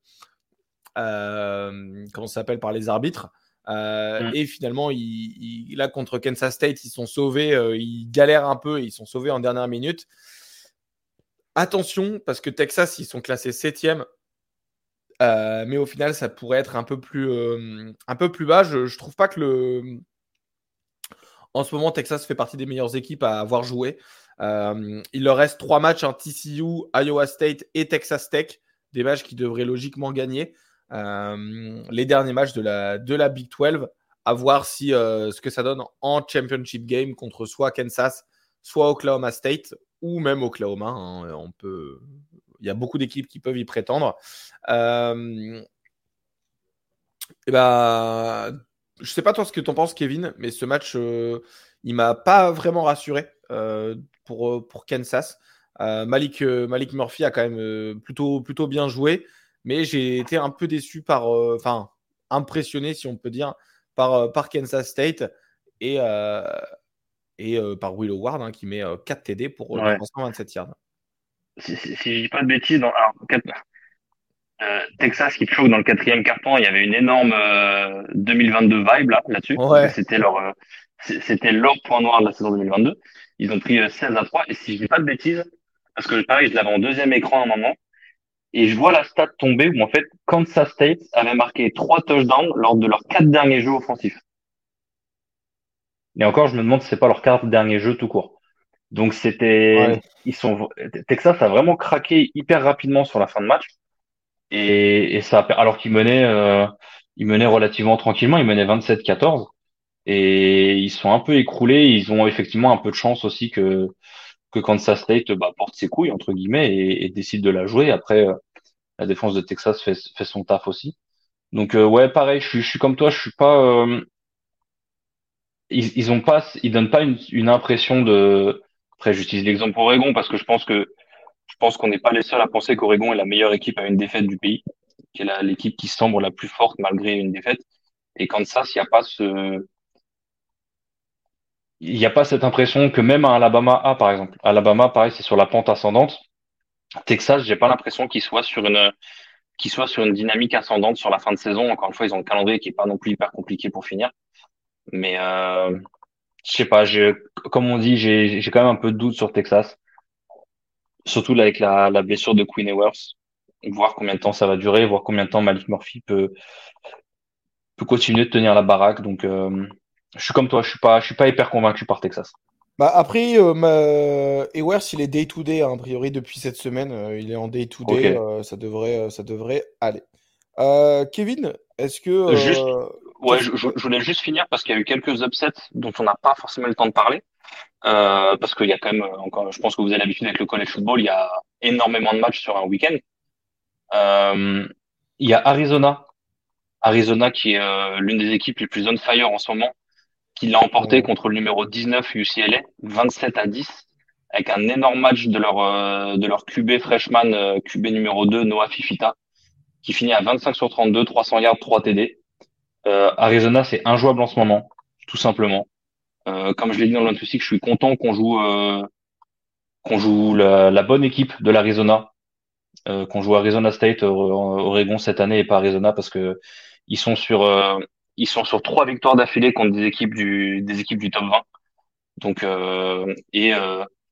[SPEAKER 1] Euh, comment ça s'appelle par les arbitres. Euh,
[SPEAKER 2] Mm.
[SPEAKER 1] et finalement, ils, ils, là, contre Kansas State, ils sont sauvés, euh, ils galèrent un peu et ils sont sauvés en dernière minute. Attention, parce que Texas, ils sont classés septième. Euh, mais au final, ça pourrait être un peu plus, euh, un peu plus bas. Je ne trouve pas que le. En ce moment, Texas fait partie des meilleures équipes à avoir joué. Euh, il leur reste trois matchs, hein, T C U, Iowa State et Texas Tech, des matchs qui devraient logiquement gagner. Euh, les derniers matchs de la, de la Big douze, à voir si, euh, ce que ça donne en championship game contre soit Kansas, soit Oklahoma State, ou même Oklahoma. Hein, on peut... Il y a beaucoup d'équipes qui peuvent y prétendre. Euh, et bah, je sais pas toi ce que t'en penses, Kevin, mais ce match, euh, il m'a pas vraiment rassuré euh, pour, pour Kansas. Euh, Malik, euh, Malik Murphy a quand même euh, plutôt, plutôt bien joué, mais j'ai été un peu déçu par, enfin, euh, impressionné, si on peut dire, par, euh, par Kansas State et, euh, et euh, par Will Howard, hein, qui met euh, quatre T D pour euh,
[SPEAKER 2] Ouais.
[SPEAKER 1] trois cent vingt-sept yards.
[SPEAKER 2] Si, si, si je dis pas de bêtises, dans, alors, quatre- euh, Texas qui choque dans le quatrième carton, il y avait une énorme euh, deux mille vingt-deux vibe là, là-dessus. Parce que
[SPEAKER 1] Ouais,
[SPEAKER 2] c'était leur, euh, c- c'était leur point noir de la saison deux mille vingt-deux. Ils ont pris euh, seize à trois. Et si je dis pas de bêtises, parce que pareil, je l'avais en deuxième écran à un moment, et je vois la stat tomber où en fait Kansas State avait marqué trois touchdowns lors de leurs quatre derniers jeux offensifs. Et encore, je me demande si c'est pas leurs quatre derniers jeux tout court. Donc c'était,
[SPEAKER 1] ouais.
[SPEAKER 2] ils sont, Texas a vraiment craqué hyper rapidement sur la fin de match. Et, et ça, alors qu'ils menaient, euh, ils menaient relativement tranquillement, ils menaient vingt-sept quatorze. Et ils sont un peu écroulés. Ils ont effectivement un peu de chance aussi que que Kansas State bah, porte ses couilles entre guillemets et, et décide de la jouer. Après, euh, la défense de Texas fait fait son taf aussi. Donc euh, ouais, pareil. Je suis je suis comme toi. Je suis pas. Euh, ils ils ont pas. Ils donnent pas une une impression de. Après, j'utilise l'exemple Oregon parce que je pense que je pense qu'on n'est pas les seuls à penser qu'Oregon est la meilleure équipe à une défaite du pays, qui est la- l'équipe qui semble la plus forte malgré une défaite. Et Kansas, il n'y a pas ce, il n'y a pas cette impression que même à Alabama A, par exemple. Alabama, pareil, c'est sur la pente ascendante. Texas, j'ai pas l'impression qu'il soit sur une, qu'il soit sur une dynamique ascendante sur la fin de saison. Encore une fois, ils ont un calendrier qui est pas non plus hyper compliqué pour finir. Mais, euh, je sais pas, je, comme on dit, j'ai, j'ai quand même un peu de doute sur Texas. Surtout là avec la, la blessure de Queen Ewers. Voir combien de temps ça va durer, voir combien de temps Malik Murphy peut, peut continuer de tenir la baraque. Donc, euh, je suis comme toi, je suis pas, je suis pas hyper convaincu par Texas.
[SPEAKER 1] Bah après, euh, ma- Ewers, il est day-to-day, hein, a priori, depuis cette semaine. Euh, il est en day-to-day.
[SPEAKER 2] Ok.
[SPEAKER 1] Euh, ça devrait, euh, ça devrait aller. Euh, Kevin, est-ce que.
[SPEAKER 2] Juste,
[SPEAKER 1] euh,
[SPEAKER 2] ouais,
[SPEAKER 1] qu'est-ce-
[SPEAKER 2] je, je-
[SPEAKER 1] ouais.
[SPEAKER 2] je voulais juste finir parce qu'il y a eu quelques upsets dont on n'a pas forcément eu le temps de parler. Euh, parce qu'il y a quand même, euh, encore, je pense que vous avez l'habitude avec le college football, il y a énormément de matchs sur un week-end. Euh, il y a Arizona, Arizona qui est euh, l'une des équipes les plus on fire en ce moment, qui l'a emporté
[SPEAKER 1] Ouais.
[SPEAKER 2] contre le numéro dix-neuf U C L A, vingt-sept à dix, avec un énorme match de leur euh, de leur Q B freshman, euh, Q B numéro deux, Noah Fifita, qui finit à vingt-cinq sur trente-deux, trois cents yards, trois T D. Euh, Arizona, c'est injouable en ce moment, tout simplement. Euh, comme je l'ai dit dans l'Atlantique, je suis content qu'on joue euh, qu'on joue la, la bonne équipe de l'Arizona, euh, qu'on joue Arizona State, euh, Oregon cette année et pas Arizona parce que ils sont sur euh, ils sont sur trois victoires d'affilée contre des équipes du des équipes du top vingt. Donc euh, et euh,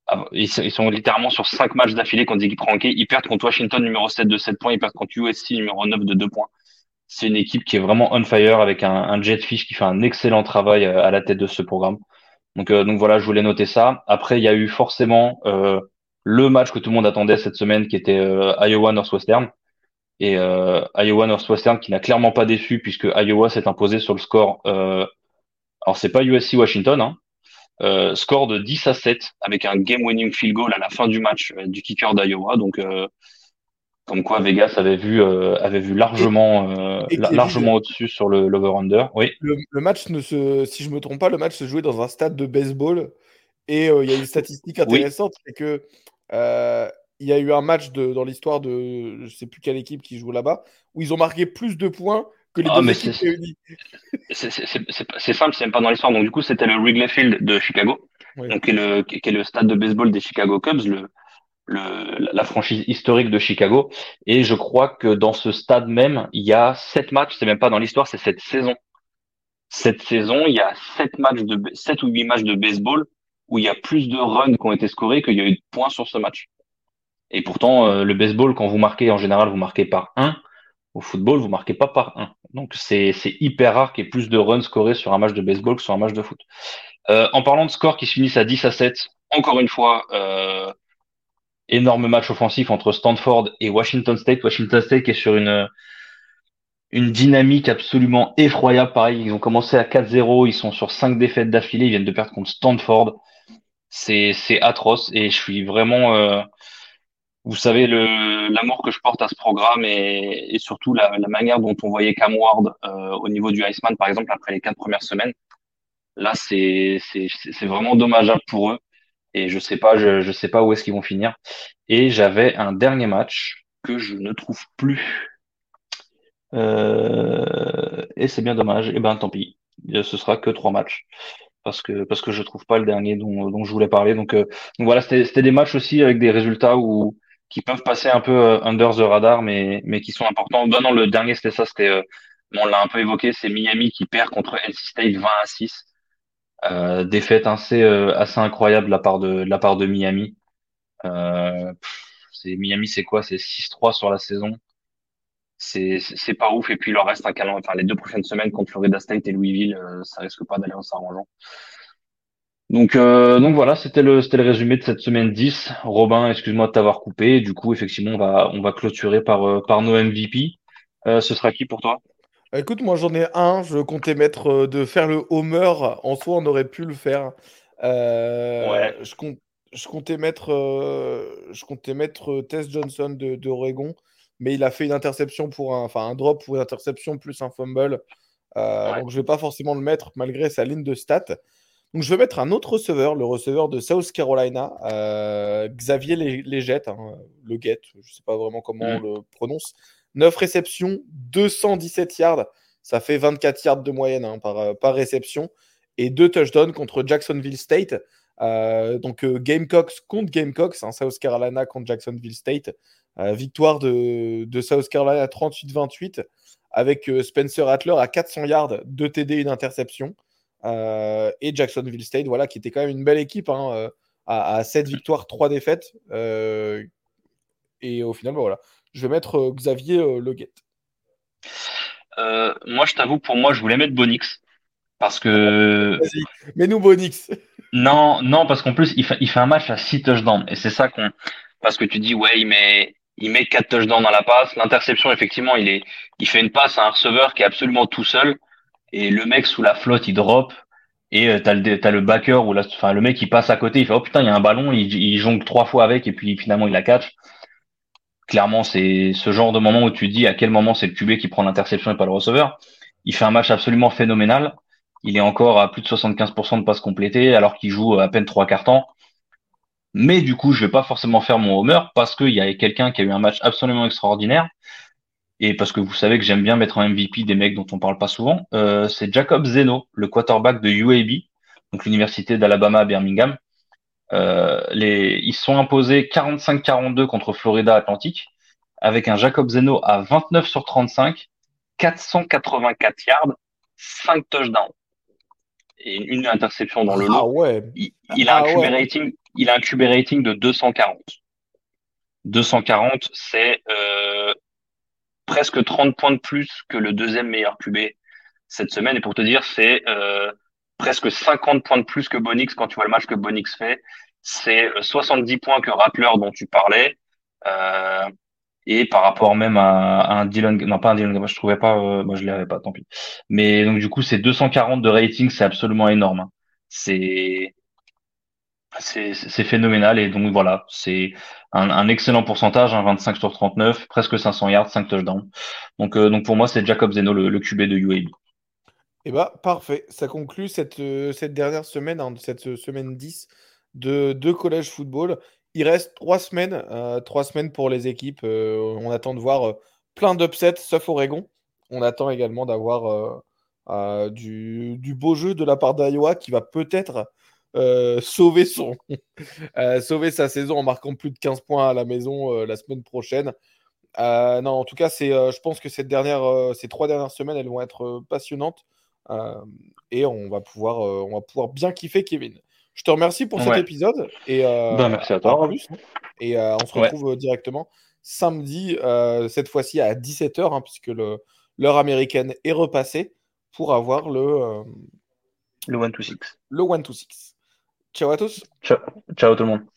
[SPEAKER 2] Ah, Ils, sont- ils sont littéralement sur cinq matchs d'affilée contre des équipes rankées. Ils perdent contre Washington numéro sept de sept points. Ils perdent contre U S C numéro neuf de deux points. C'est une équipe qui est vraiment on fire avec un, un Jetfish qui fait un excellent travail euh, à la tête de ce programme. Donc, euh, donc voilà, je voulais noter ça. Après, il y a eu forcément euh, le match que tout le monde attendait cette semaine qui était euh, Iowa Northwestern. Et euh, Iowa Northwestern qui n'a clairement pas déçu puisque Iowa s'est imposé sur le score. Euh, alors c'est pas U S C Washington, hein, euh, score de dix à sept avec un game-winning field goal à la fin du match euh, du kicker d'Iowa. Donc euh, comme quoi Vegas avait vu euh, avait vu
[SPEAKER 1] Et,
[SPEAKER 2] largement euh,
[SPEAKER 1] et
[SPEAKER 2] la-
[SPEAKER 1] Kevin,
[SPEAKER 2] largement au-dessus sur le l'over-under. Oui,
[SPEAKER 1] le, le match ne se, si je me trompe pas, le match se jouait dans un stade de baseball. Et euh, il y a une statistique
[SPEAKER 2] oui.
[SPEAKER 1] intéressante, c'est que euh, il y a eu un match de, dans l'histoire de je sais plus quelle équipe qui joue là-bas, où ils ont marqué plus de points que les
[SPEAKER 2] Ah
[SPEAKER 1] deux
[SPEAKER 2] mais c'est
[SPEAKER 1] équipes réunies.
[SPEAKER 2] c'est c'est c'est c'est- c'est simple, c'est même pas dans l'histoire. Donc du coup c'était le Wrigley Field de Chicago,
[SPEAKER 1] Oui.
[SPEAKER 2] donc qui est le qui est le stade de baseball des Chicago Cubs, le le, la franchise historique de Chicago. Et je crois que dans ce stade même, il y a sept matchs, c'est même pas dans l'histoire, c'est cette saison. Cette saison, il y a sept matchs de, sept ou huit matchs de baseball où il y a plus de runs qui ont été scorés qu'il y a eu de points sur ce match. Et pourtant, euh, le baseball, quand vous marquez, en général, vous marquez par un. Au football, vous marquez pas par un. Donc, c'est, c'est hyper rare qu'il y ait plus de runs scorés sur un match de baseball que sur un match de foot. Euh, en parlant de scores qui se finissent à dix à sept, encore une fois, euh, énorme match offensif entre Stanford et Washington State. Washington State qui est sur une, une dynamique absolument effroyable. Pareil, ils ont commencé à quatre zéro, ils sont sur cinq défaites d'affilée, ils viennent de perdre contre Stanford. C'est, c'est atroce et je suis vraiment, euh, vous savez, le, l'amour que je porte à ce programme et, et surtout la, la manière dont on voyait Cam Ward euh, au niveau du Iceman, par exemple, après les quatre premières semaines. Là, c'est, c'est, c'est c'est vraiment dommageable pour eux et je sais pas, je, je sais pas où est-ce qu'ils vont finir. Et j'avais un dernier match que je ne trouve plus. Euh, et c'est bien dommage. Et ben tant pis. Euh, Ce sera que trois matchs parce que parce que je trouve pas le dernier dont, dont je voulais parler. Donc, euh, donc voilà, c'était c'était des matchs aussi avec des résultats où qui peuvent passer un peu euh, under the radar, mais mais qui sont importants. Ben non, le dernier c'était ça, c'était euh, bon, on l'a un peu évoqué, c'est Miami qui perd contre N C State vingt à six. Euh, défaite assez euh, assez incroyable de la part de, de la part de Miami. Euh, pff, c'est Miami, c'est quoi? C'est six trois sur la saison. C'est c'est c'est pas ouf. Et puis il leur reste un calendrier, enfin les deux prochaines semaines contre Florida State et Louisville, euh, ça risque pas d'aller en s'arrangeant. Donc euh, donc voilà, c'était le c'était le résumé de cette semaine dix. Robin, excuse-moi de t'avoir coupé. Du coup, effectivement, on va on va clôturer par euh, par nos M V P. Euh, ce sera qui pour toi?
[SPEAKER 1] Écoute, moi j'en ai un, je comptais mettre euh, de faire le homer. En soi, on aurait pu le faire.
[SPEAKER 2] Ouais,
[SPEAKER 1] Euh, je, com- je comptais mettre, euh, je comptais mettre euh, Tess Johnson de, de Oregon, mais il a fait une interception pour un, enfin un drop pour une interception plus un fumble. Euh,
[SPEAKER 2] ouais.
[SPEAKER 1] donc je vais pas forcément le mettre malgré sa ligne de stats. Donc je vais mettre un autre receveur, le receveur de South Carolina, euh, Xavier Lé- Légette, hein, le Get, je sais pas vraiment comment on
[SPEAKER 2] Hmm.
[SPEAKER 1] le prononce. Neuf réceptions, deux cent dix-sept yards, ça fait vingt-quatre yards de moyenne hein, par, euh, par réception, et deux touchdowns contre Jacksonville State. Euh, donc euh, Gamecocks contre Gamecocks, hein, South Carolina contre Jacksonville State. Euh, victoire de, de South Carolina trente-huit vingt-huit avec euh, Spencer Rattler à quatre cents yards, deux T D, une interception. Euh, et Jacksonville State, voilà, qui était quand même une belle équipe, hein, euh, à, à sept victoires, trois défaites. Euh, et au final, bah, voilà, je vais mettre euh, Xavier euh, Leguet.
[SPEAKER 2] Euh, moi, je t'avoue, pour moi, je voulais mettre Bonix parce que
[SPEAKER 1] Vas-y, mets-nous Bonix.
[SPEAKER 2] non, non, parce qu'en plus, il fait, il fait un match à six touchdowns. Et c'est ça qu'on, parce que tu dis, ouais, il met, il met quatre touchdowns dans la passe. L'interception, effectivement, il est, il fait une passe à un receveur qui est absolument tout seul. Et le mec sous la flotte, il drop. Et euh, t'as le, t'as le backer ou là, enfin, le mec, il passe à côté. Il fait, oh putain, il y a un ballon. Il, il jongle trois fois avec et puis finalement, il la catch. Clairement, c'est ce genre de moment où tu dis à quel moment c'est le Q B qui prend l'interception et pas le receveur. Il fait un match absolument phénoménal. Il est encore à plus de soixante-quinze pour cent de passes complétées alors qu'il joue à peine trois quarts temps. Mais du coup, je vais pas forcément faire mon homer parce qu'il y a quelqu'un qui a eu un match absolument extraordinaire et parce que vous savez que j'aime bien mettre en M V P des mecs dont on parle pas souvent. Euh, c'est Jacob Zeno, le quarterback de U A B, donc l'université d'Alabama à Birmingham. Euh, les, ils se sont imposés quarante-cinq quarante-deux contre Florida Atlantic avec un Jacob Zeno à vingt-neuf sur trente-cinq, quatre cent quatre-vingt-quatre yards, cinq touchdowns et une interception dans le
[SPEAKER 1] Ah
[SPEAKER 2] lot.
[SPEAKER 1] ouais,
[SPEAKER 2] Il, il a un
[SPEAKER 1] ah
[SPEAKER 2] Q B
[SPEAKER 1] ouais.
[SPEAKER 2] rating. il a un Q B rating de deux cent quarante. deux cent quarante, c'est euh, presque trente points de plus que le deuxième meilleur Q B cette semaine. Et pour te dire, c'est euh, presque cinquante points de plus que Bonix quand tu vois le match que Bonix fait. C'est euh, soixante-dix points que Rattler dont tu parlais. Euh, et par rapport même à, à un Dylan, non pas un Dylan, moi je trouvais pas, euh, moi je l'avais pas, tant pis. Mais donc du coup, c'est deux cent quarante de rating, c'est absolument énorme, hein. C'est c'est c'est phénoménal et donc voilà, c'est un, un excellent pourcentage, hein, vingt-cinq sur trente-neuf, presque cinq cents yards, cinq touchdowns. Donc euh, donc pour moi, c'est Jacob Zeno le, le Q B de U A B.
[SPEAKER 1] Eh bah, parfait. Ça conclut cette, euh, cette dernière semaine, hein, cette euh, semaine dix de, de collège football. Il reste trois semaines, euh, trois semaines pour les équipes. Euh, on attend de voir euh, plein d'upsets, sauf Oregon. On attend également d'avoir euh, euh, du, du beau jeu de la part d'Iowa qui va peut-être euh, sauver son, euh, sauver sa saison en marquant plus de quinze points à la maison euh, la semaine prochaine. Euh, non, en tout cas, c'est, euh, je pense que cette dernière, euh, ces trois dernières semaines, elles vont être euh, passionnantes. Euh, et on va pouvoir, euh, on va pouvoir bien kiffer, Kevin. Je te remercie pour cet
[SPEAKER 2] Ouais.
[SPEAKER 1] épisode et
[SPEAKER 2] Ben
[SPEAKER 1] euh,
[SPEAKER 2] merci à
[SPEAKER 1] à
[SPEAKER 2] toi.
[SPEAKER 1] plus. Et euh, on se
[SPEAKER 2] Ouais.
[SPEAKER 1] retrouve euh, directement samedi, euh, cette fois-ci à dix-sept heures, hein, puisque le, l'heure américaine est repassée pour avoir le, euh,
[SPEAKER 2] Le one to six.
[SPEAKER 1] le one to six. Ciao à tous.
[SPEAKER 2] Ciao, ciao tout le monde.